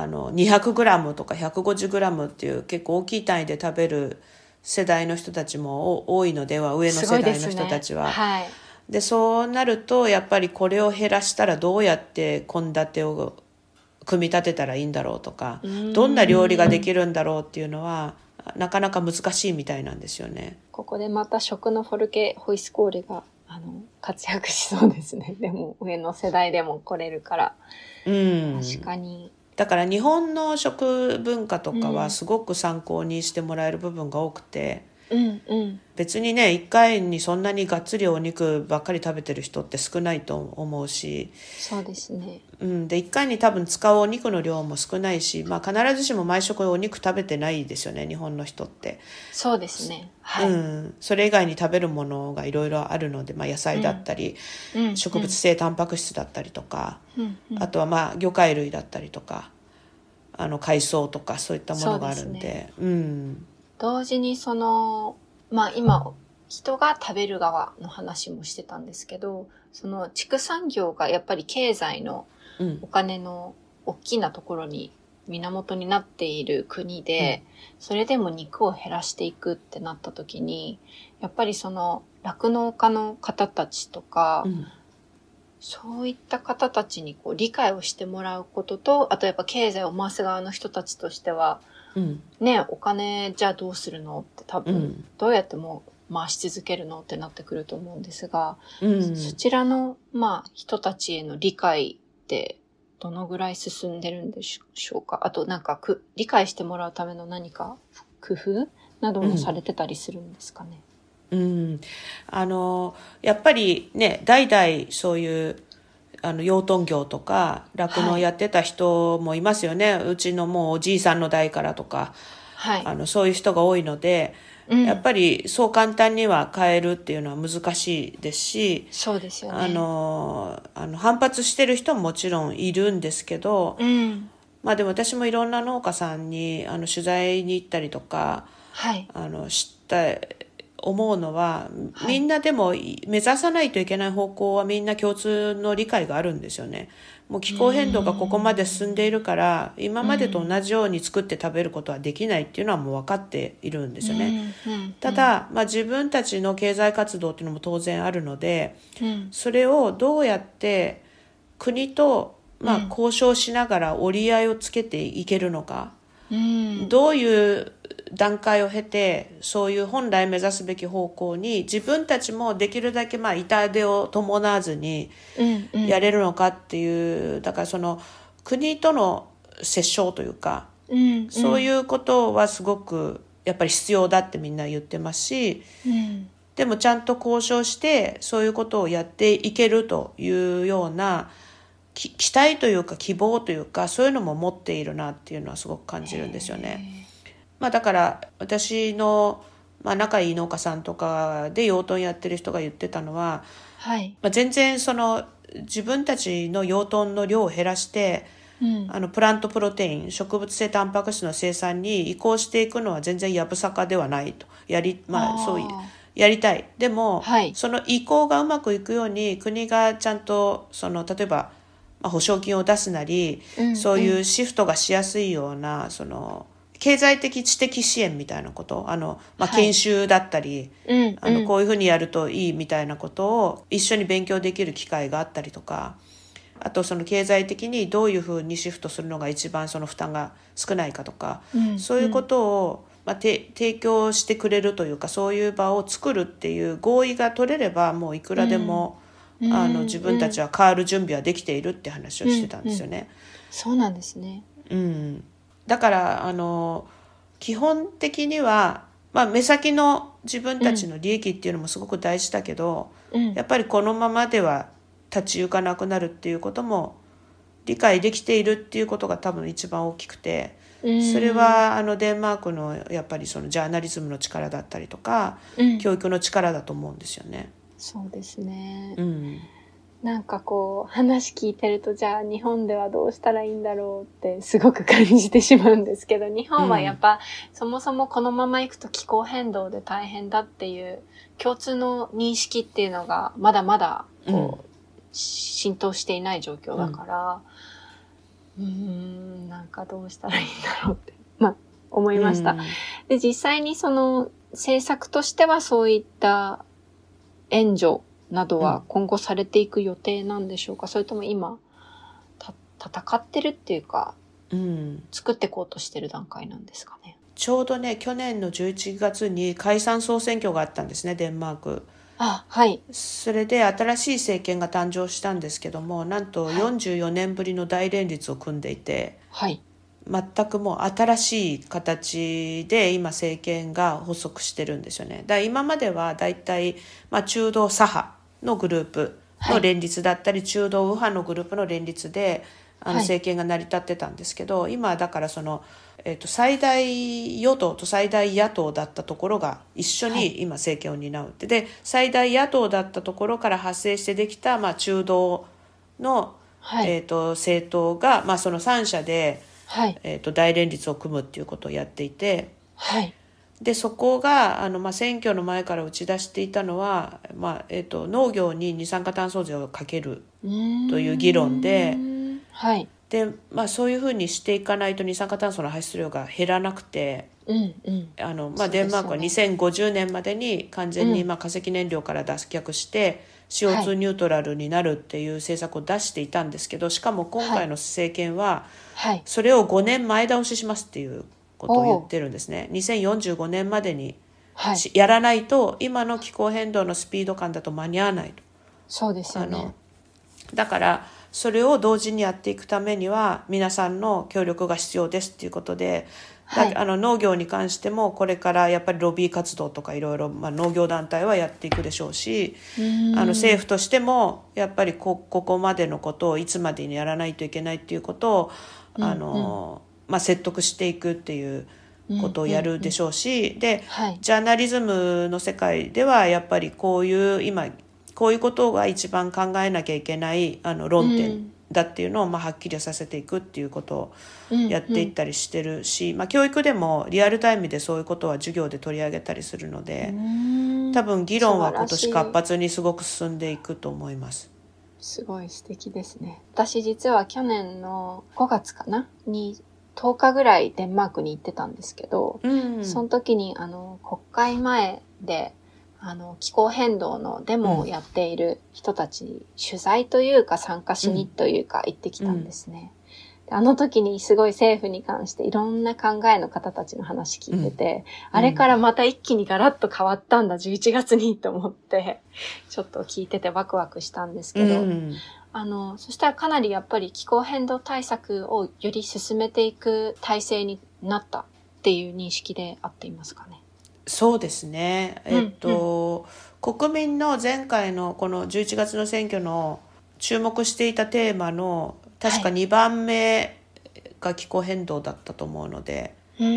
200g とか 150g っていう結構大きい単位で食べる世代の人たちも多いのでは、上の世代の人たちは。でそうなるとやっぱりこれを減らしたらどうやって献立を組み立てたらいいんだろうとか、どんな料理ができるんだろうっていうのはなかなか難しいみたいなんですよね。 ここでまた食のフォルケホイスコーレが活躍しそうですね。でも上の世代でも来れるから、確かに。 だから日本の食文化とかはすごく参考にしてもらえる部分が多くて、別にね1回にそんなにがっつりお肉ばっかり食べてる人って少ないと思うし、 そうですね、 で1回に多分使うお肉の量も少ないし、必ずしも毎食お肉食べてないですよね、日本の人って。 そうですね、 それ以外に食べるものがいろいろあるので、野菜だったり、植物性タンパク質だったりとか、あとは魚介類だったりとか海藻とかそういったものがあるんで、 同時に今人が食べる側の話もしてたんですけど、その畜産業がやっぱり経済のお金の大きなところに源になっている国で、それでも肉を減らしていくってなった時に、やっぱりその酪農家の方たちとか、そういった方たちに理解をしてもらうことと、あとやっぱ経済を回す側の人たちとしては、お金じゃあどうするのって多分、どうやっても回し続けるのってなってくると思うんですが、そちらの人たちへの理解ってどのぐらい進んでるんでしょうか。あと理解してもらうための何か工夫などもされてたりするんですかね。 やっぱりね代々そういう養豚業とか酪農やってた人もいますよね、うちのもうおじいさんの代からとか、そういう人が多いので、やっぱりそう簡単には変えるっていうのは難しいですし、 そうですよね。 反発してる人ももちろんいるんですけど、でも私もいろんな農家さんに取材に行ったりとか、知った思うのは、みんなでも目指さないといけない方向はみんな共通の理解があるんですよね。もう気候変動がここまで進んでいるから、今までと同じように作って食べることはできないっていうのはもう分かっているんですよね。ただ、自分たちの経済活動っていうのも当然あるので、それをどうやって国と交渉しながら折り合いをつけていけるのか、どういう段階を経てそういう本来目指すべき方向に自分たちもできるだけ痛手を伴わずにやれるのかっていう、だからその国との折衝というか、そういうことはすごくやっぱり必要だってみんな言ってますし、でもちゃんと交渉してそういうことをやっていけるというような期待というか希望というか、そういうのも持っているなっていうのはすごく感じるんですよね。だから私の、仲いい農家さんとかで養豚やってる人が言ってたのは、全然その自分たちの養豚の量を減らして、プラントプロテイン、植物性タンパク質の生産に移行していくのは全然やぶさかではないと。そうやりたい。でも、その移行がうまくいくように国がちゃんと例えば保証金を出すなり、そういうシフトがしやすいような経済的知的支援みたいなこと、研修だったり、こういうふうにやるといいみたいなことを一緒に勉強できる機会があったりとか、あとその経済的にどういうふうにシフトするのが一番その負担が少ないかとか、そういうことを提供してくれるというか、そういう場を作るっていう合意が取れれば、もういくらでも自分たちは変わる準備はできているって話をしてたんですよね。 そうなんですね。 だから基本的には、目先の自分たちの利益っていうのもすごく大事だけど、やっぱりこのままでは立ち行かなくなるっていうことも理解できているっていうことが多分一番大きくて、それはデンマークのやっぱりそのジャーナリズムの力だったりとか、教育の力だと思うんですよね。 そうですね。なんかこう話聞いてると、じゃあ日本ではどうしたらいいんだろうってすごく感じてしまうんですけど、日本はやっぱ、そもそもこのままいくと気候変動で大変だっていう共通の認識っていうのがまだまだこう、浸透していない状況だから、なんかどうしたらいいんだろうって思いました。で、実際にその政策としてはそういった援助などは今後されていく予定なんでしょうか、それとも今戦ってるっていうか、作っていこうとしてる段階なんですかね。 ちょうどね、去年の11月に解散総選挙があったんですね、デンマーク。 はい。 それで新しい政権が誕生したんですけども、なんと44年ぶりの大連立を組んでいて、全くもう新しい形で今政権が発足してるんですよね。だから今まではだいたい中道左派のグループの連立だったり、中道右派のグループの連立で政権が成り立ってたんですけど、今だからその、最大与党と最大野党だったところが一緒に今政権を担うって、で最大野党だったところから派生してできた、中道の、政党が、その3者で、大連立を組むっていうことをやっていて、でそこが選挙の前から打ち出していたのは、農業に二酸化炭素税をかけるという議論で、でそういうふうにしていかないと二酸化炭素の排出量が減らなくて、デンマークは2050年までに完全に化石燃料から脱却して、CO2 ニュートラルになるっていう政策を出していたんですけど、しかも今回の政権はそれを5年前倒ししますっていうことを言ってるんですね。2045年までにやらないと今の気候変動のスピード感だと間に合わないと。 そうですよね。 だからそれを同時にやっていくためには皆さんの協力が必要ですっていうことで、農業に関してもこれからやっぱりロビー活動とかいろいろ農業団体はやっていくでしょうし、政府としてもやっぱりここまでのことをいつまでにやらないといけないっていうことを説得していくっていうことをやるでしょうし、でジャーナリズムの世界ではやっぱりこういうことが一番考えなきゃいけない論点だっていうのをはっきりさせていくっていうことをやっていったりしてるし、教育でもリアルタイムでそういうことは授業で取り上げたりするので、多分議論は今年活発にすごく進んでいくと思います。 すごい素敵ですね。私実は去年の5月かなに10日ぐらいデンマークに行ってたんですけど、その時に国会前で気候変動のデモをやっている人たちに取材というか参加しにというか行ってきたんですね。であの時にすごい政府に関していろんな考えの方たちの話聞いてて、あれからまた一気にガラッと変わったんだ11月にと思ってちょっと聞いててワクワクしたんですけど、そしたらかなりやっぱり気候変動対策をより進めていく体制になったっていう認識で合っていますかね。 そうですね。国民の前回のこの11月の選挙の注目していたテーマの確か2番目が気候変動だったと思うので、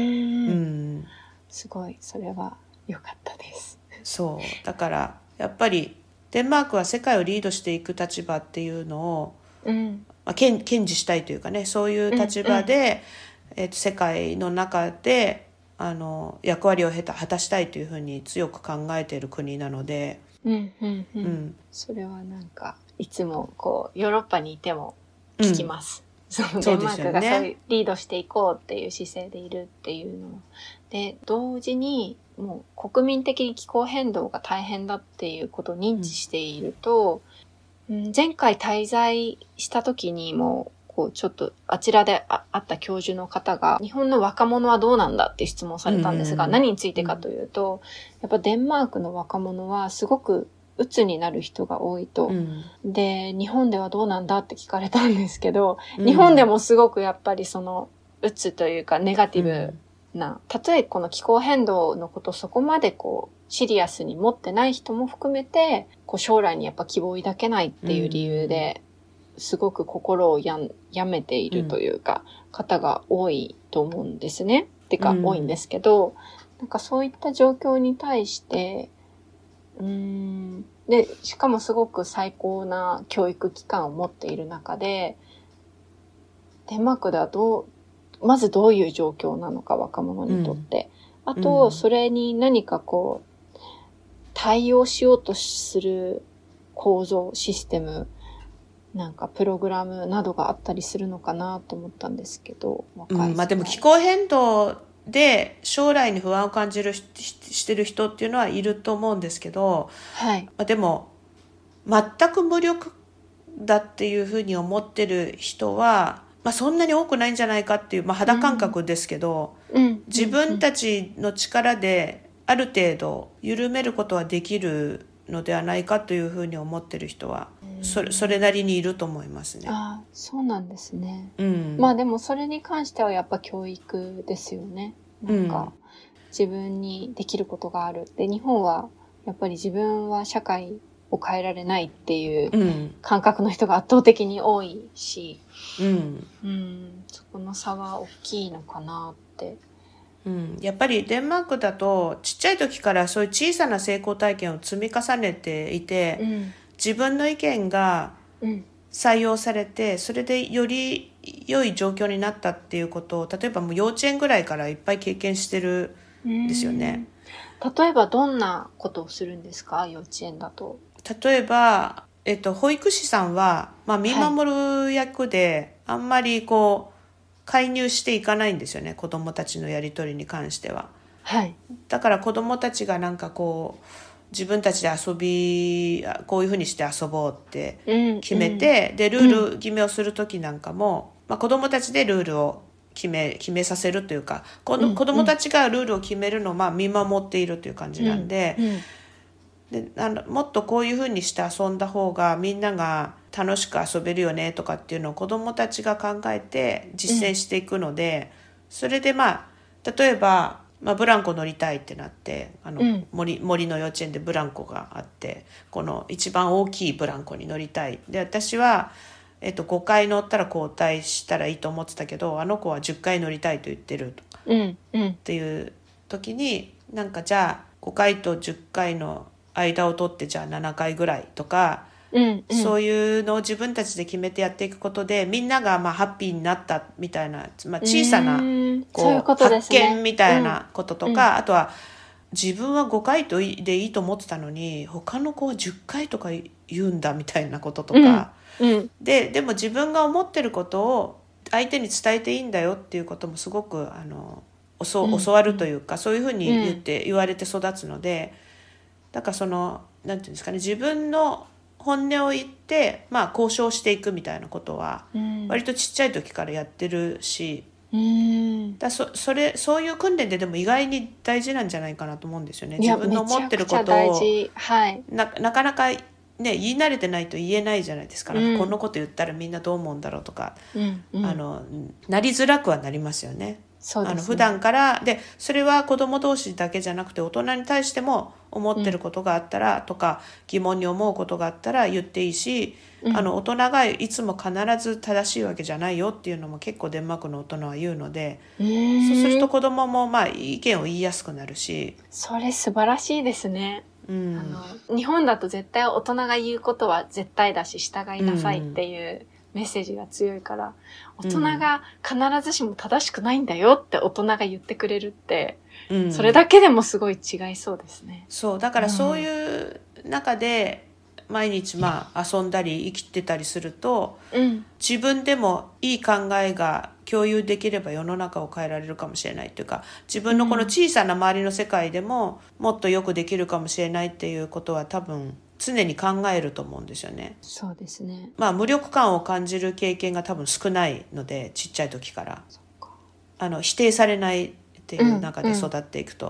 すごいそれは良かったです。 そうだからやっぱりデンマークは世界をリードしていく立場っていうのを、堅持したいというかね、そういう立場で、世界の中で役割を果たしたいというふうに強く考えている国なので、 それはなんかいつもこうヨーロッパにいても聞きます。デンマークがそういうリードしていこうっていう姿勢でいるっていうので、同時にもう国民的に気候変動が大変だっていうことを認知していると、前回滞在した時にもちょっとあちらで会った教授の方が日本の若者はどうなんだって質問されたんですが、何についてかというと、やっぱデンマークの若者はすごく鬱になる人が多いと、で日本ではどうなんだって聞かれたんですけど、日本でもすごくやっぱりその鬱というかネガティブな、たとえこの気候変動のことをそこまでこうシリアスに持ってない人も含めて、こう将来にやっぱ希望を抱けないっていう理由で、すごく心を病めているというか、方が多いと思うんですね。てか、多いんですけど、なんかそういった状況に対して、で、しかもすごく最高な教育機関を持っている中で、デンマークではまずどういう状況なのか、若者にとって。あと、それに何かこう、対応しようとする構造、システム、なんかプログラムなどがあったりするのかなと思ったんですけど、 まあでも気候変動で将来に不安を感じるしてる人っていうのはいると思うんですけど、 はい。 まあ、でも全く無力だっていうふうに思ってる人は、まあ、そんなに多くないんじゃないかっていう、まあ、肌感覚ですけど、自分たちの力である程度緩めることはできるのではないかというふうに思ってる人はそれなりにいると思いますね。 ああ、そうなんですね。まあでもそれに関してはやっぱ教育ですよね。なんか自分にできることがある。で、日本はやっぱり自分は社会を変えられないっていう感覚の人が圧倒的に多いし、そこの差は大きいのかなって。 やっぱりデンマークだとちっちゃい時からそういう小さな成功体験を積み重ねていて、自分の意見が採用されて、それでより良い状況になったっていうことを、例えばもう幼稚園ぐらいからいっぱい経験してるんですよね。 例えばどんなことをするんですか、幼稚園だと。 例えば、保育士さんは、まあ、見守る役であんまりこう介入していかないんですよね、子どもたちのやり取りに関しては。 はい。 だから子どもたちがなんかこう自分たちでこういうふうにして遊ぼうって決めて、でルール決めをする時なんかも、まあ、子どもたちでルールを決めさせるというか、子どもたちがルールを決めるのをまあ見守っているという感じなんで、でもっとこういうふうにして遊んだ方がみんなが楽しく遊べるよねとかっていうのを子どもたちが考えて実践していくので、それでまあ例えば、まあ、ブランコ乗りたいってなって森の幼稚園でブランコがあって、この一番大きいブランコに乗りたい。で私は、5回乗ったら交代したらいいと思ってたけど、あの子は10回乗りたいと言ってるとか、っていう時になんかじゃあ5回と10回の間を取ってじゃあ7回ぐらいとか、そういうのを自分たちで決めてやっていくことで、みんながまあハッピーになったみたいな、まあ、小さなこう発見みたいなこととか、あとは自分は5回でいいと思ってたのに他の子は10回とか言うんだみたいなこととか、でも自分が思ってることを相手に伝えていいんだよっていうこともすごく教わるというか、そういうふうに言われて育つので、だからなんていうんですかね、自分の本音を言って、まあ、交渉していくみたいなことは割とちっちゃい時からやってるし、そういう訓練ででも意外に大事なんじゃないかなと思うんですよね。自分の思ってることをなかなか、ね、言い慣れてないと言えないじゃないですか。なんかこのこと言ったらみんなどう思うんだろうとか、なりづらくはなりますよね。 そうですね。 普段からで、それは子ども同士だけじゃなくて大人に対しても思ってることがあったら、とか疑問に思うことがあったら言っていいし、大人がいつも必ず正しいわけじゃないよっていうのも結構デンマークの大人は言うので、そうすると子どももまあ意見を言いやすくなるし。 それ素晴らしいですね。日本だと絶対大人が言うことは絶対だし従いなさいっていうメッセージが強いから、大人が必ずしも正しくないんだよって大人が言ってくれるって、それだけでもすごい違いそうですね。 そうだからそういう中で毎日まあ遊んだり生きてたりすると、自分でもいい考えが共有できれば世の中を変えられるかもしれないというか、自分のこの小さな周りの世界でももっとよくできるかもしれないっていうことは多分常に考えると思うんですよね。 そうですね。 まあ無力感を感じる経験が多分少ないので、ちっちゃい時から否定されないっていう中で育っていくと、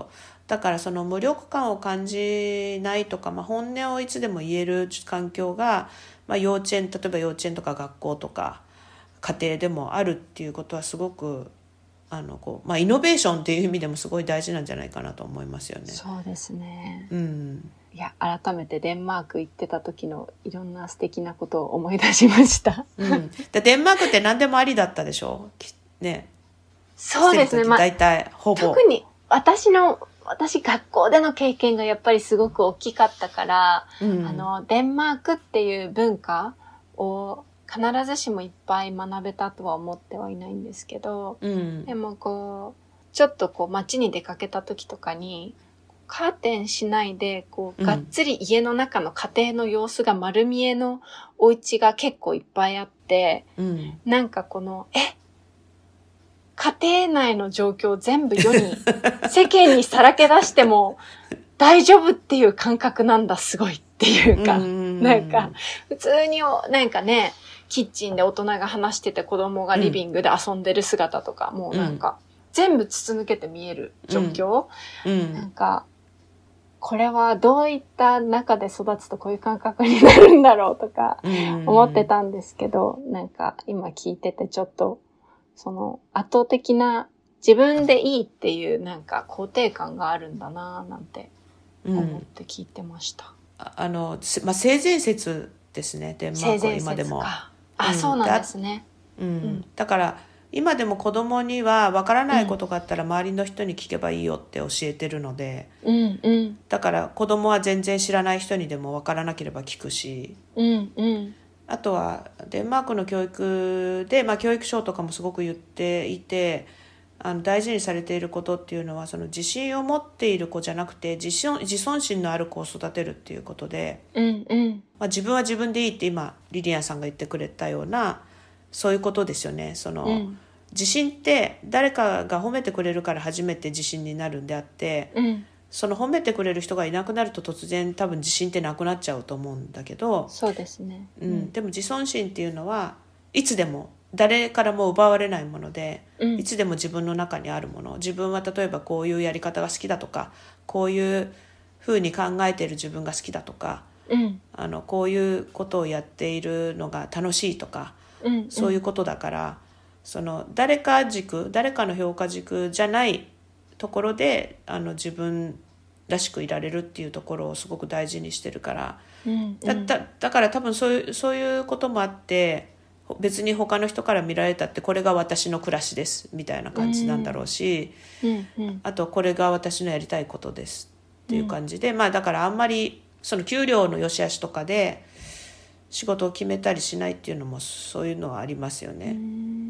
だからその無力感を感じないとか、本音をいつでも言える環境が、幼稚園、例えば幼稚園とか学校とか家庭でもあるっていうことはすごくイノベーションっていう意味でもすごい大事なんじゃないかなと思いますよね。 そうですね。 いや改めてデンマーク行ってた時のいろんな素敵なことを思い出しました。 でデンマークって何でもありだったでしょね。 そうですね。 大体ほぼ。 特に私学校での経験がやっぱりすごく大きかったから、デンマークっていう文化を必ずしもいっぱい学べたとは思ってはいないんですけど、でもちょっと街に出かけた時とかにカーテンしないでがっつり家の中の家庭の様子が丸見えのお家が結構いっぱいあって、なんか家庭内の状況を全部世間にさらけ出しても大丈夫っていう感覚なんだ、すごいっていうか、なんか普通になんかね、キッチンで大人が話してて子供がリビングで遊んでる姿とか、もうなんか全部筒抜けて見える状況、なんかこれはどういった中で育つとこういう感覚になるんだろうとか思ってたんですけど、なんか今聞いててちょっとその圧倒的な自分でいいっていうなんか肯定感があるんだななんて思って聞いてました。 性善説ですね、デンマークは今でも。 そうなんですね。 だから今でも子供には分からないことがあったら周りの人に聞けばいいよって教えてるので、だから子供は全然知らない人にでも分からなければ聞くし、あとはデンマークの教育で、教育省とかもすごく言っていて、大事にされていることっていうのは、その自信を持っている子じゃなくて自尊心のある子を育てるっていうことで、自分は自分でいいって今リリアンさんが言ってくれたようなそういうことですよね。自信って誰かが褒めてくれるから初めて自信になるんであって、その褒めてくれる人がいなくなると突然多分自信ってなくなっちゃうと思うんだけど、 そうですね。 でも自尊心っていうのはいつでも誰からも奪われないもので、いつでも自分の中にあるもの、自分は例えばこういうやり方が好きだとか、こういうふうに考えている自分が好きだとか、こういうことをやっているのが楽しいとか、そういうことだから、その誰かの評価軸じゃないところで自分らしくいられるっていうところをすごく大事にしてるから、だから多分そういうこともあって、別に他の人から見られたってこれが私の暮らしですみたいな感じなんだろうし、あとこれが私のやりたいことですっていう感じで、だからあんまりその給料の良し悪しとかで仕事を決めたりしないっていうのもそういうのはありますよね。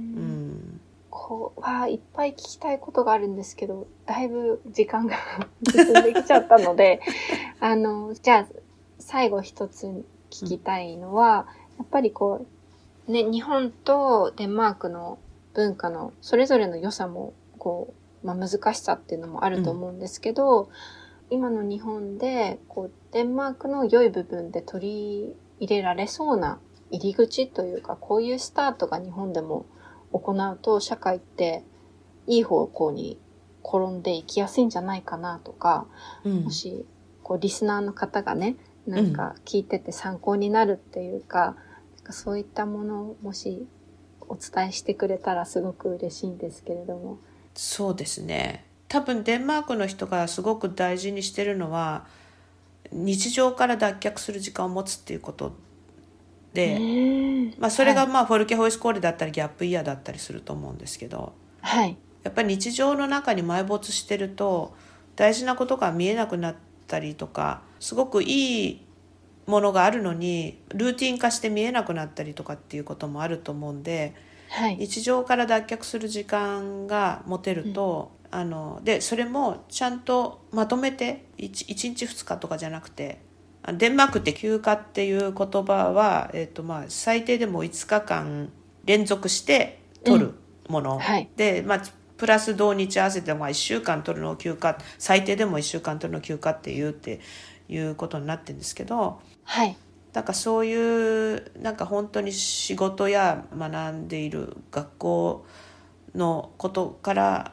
いっぱい聞きたいことがあるんですけど、だいぶ時間が進んできちゃったのでじゃあ最後一つ聞きたいのは、やっぱり日本とデンマークの文化のそれぞれの良さも難しさっていうのもあると思うんですけど、今の日本でデンマークの良い部分で取り入れられそうな入り口というか、こういうスタートが日本でも行うと社会っていい方向に転んでいきやすいんじゃないかなとか、もしリスナーの方がね、なんか聞いてて参考になるっていうか、そういったものをもしお伝えしてくれたらすごく嬉しいんですけれども。 そうですね、多分デンマークの人がすごく大事にしてるのは日常から脱却する時間を持つっていうことで、それがフォルケホイスコールだったりギャップイヤーだったりすると思うんですけど、やっぱり日常の中に埋没してると大事なことが見えなくなったりとか、すごくいいものがあるのにルーティン化して見えなくなったりとかっていうこともあると思うんで、日常から脱却する時間が持てると、でそれもちゃんとまとめて 1日2日とかじゃなくて、デンマークって休暇っていう言葉は、最低でも5日間連続して取るもの、で、プラス同日合わせて1週間取るのを休暇、最低でも1週間取るのを休暇っていうことになってるんですけど、だからそういうなんか本当に仕事や学んでいる学校のことから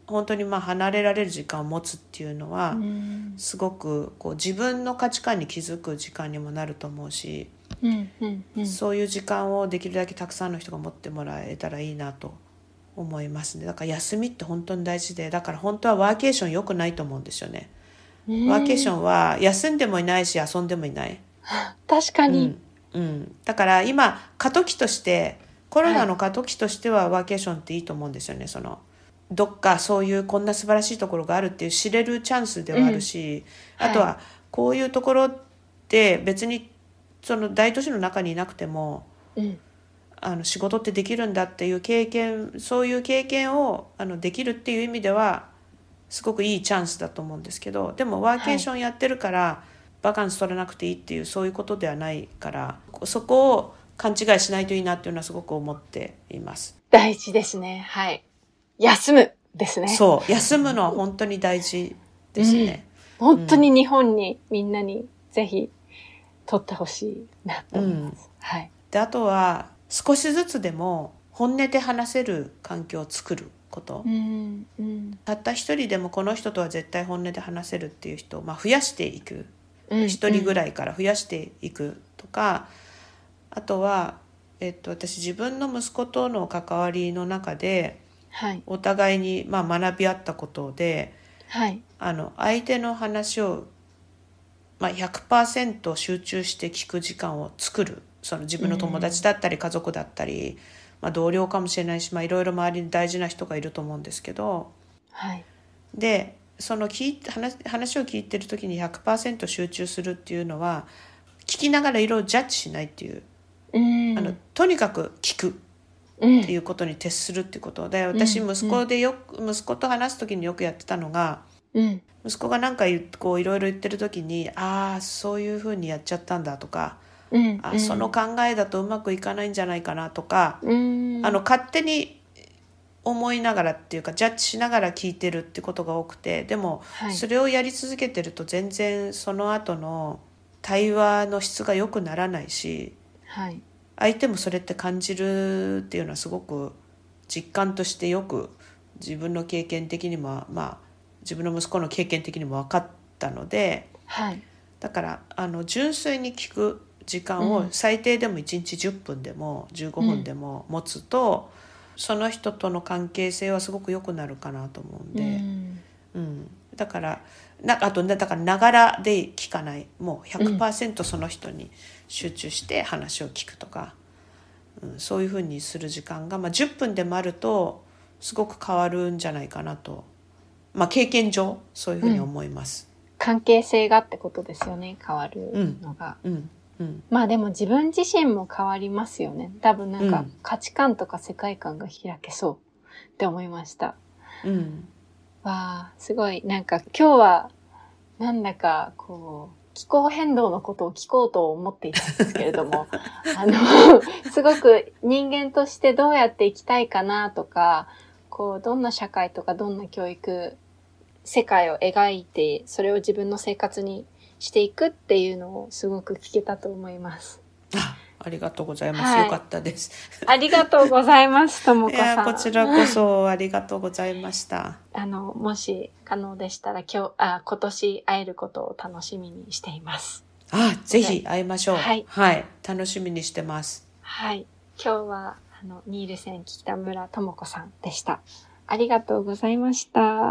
本当に離れられる時間を持つっていうのは、すごくこう自分の価値観に気づく時間にもなると思うし、そういう時間をできるだけたくさんの人が持ってもらえたらいいなと思いますね。だから休みって本当に大事で、だから本当はワーケーション良くないと思うんですよね。ワーケーションは休んでもいないし遊んでもいない。 確かに、 だから今過渡期として、コロナの過渡期としてはワーケーションっていいと思うんですよね。そのどっかそういうこんな素晴らしいところがあるっていう知れるチャンスではあるし、あとはこういうところって別にその大都市の中にいなくても、仕事ってできるんだっていう経験、そういう経験をできるっていう意味ではすごくいいチャンスだと思うんですけど、でもワーケーションやってるから、バカンス取らなくていいっていうそういうことではないから、そこを勘違いしないといいなっていうのはすごく思っています。 大事ですね。はい。休むですね。 そう、休むのは本当に大事ですね。 本当に日本に、みんなにぜひ取ってほしいなと思います。はい。 で、あとは少しずつでも本音で話せる環境を作ること。たった一人でもこの人とは絶対本音で話せるっていう人を、増やしていく。一人ぐらいから増やしていくとか、あとは、私自分の息子との関わりの中で、お互いに学び合ったことで、相手の話を、100% 集中して聞く時間を作る。その自分の友達だったり家族だったり、同僚かもしれないし、いろいろ周りに大事な人がいると思うんですけど、でその話を聞いてる時に 100% 集中するっていうのは、聞きながらいろいろジャッジしないっていう、とにかく聞くっていうことに徹するっていうことで、私息子と話す時によくやってたのが、息子がなんかこういろいろ言ってる時に、そういう風にやっちゃったんだとか、その考えだとうまくいかないんじゃないかなとか、勝手に思いながらっていうかジャッジしながら聞いてるってことが多くて、でもそれをやり続けてると全然その後の対話の質が良くならないし、相手もそれって感じるっていうのはすごく実感としてよく自分の経験的にも、自分の息子の経験的にも分かったので、だから純粋に聞く時間を最低でも1日10分でも15分でも持つと、その人との関係性はすごく良くなるかなと思うんで、だからながらで聞かない、もう 100% その人に集中して話を聞くとか、そういうふうにする時間が、10分でもあるとすごく変わるんじゃないかなと、経験上そういうふうに思います。 関係性がってことですよね、変わるのが。でも自分自身も変わりますよね。多分なんか価値観とか世界観が開けそうって思いました。すごいなんか今日はなんだかこう気候変動のことを聞こうと思っていたんですけれども、すごく人間としてどうやって生きたいかなとか、こうどんな社会とかどんな教育、世界を描いてそれを自分の生活にしていくっていうのをすごく聞けたと思います。 ありがとうございます。よかったです。 ありがとうございます、ともこさん。 こちらこそありがとうございました。 もし可能でしたら今年会えることを楽しみにしています。 ぜひ会いましょう。楽しみにしてます。 今日はニールセン北村智子さんでした。ありがとうございました。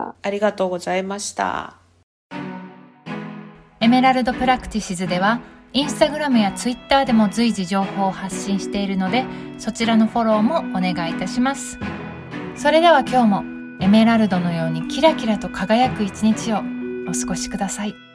ありがとうございました。 エメラルドプラクティシズではインスタグラムやツイッターでも随時情報を発信しているので、そちらのフォローもお願いいたします。それでは今日もエメラルドのようにキラキラと輝く一日をお過ごしください。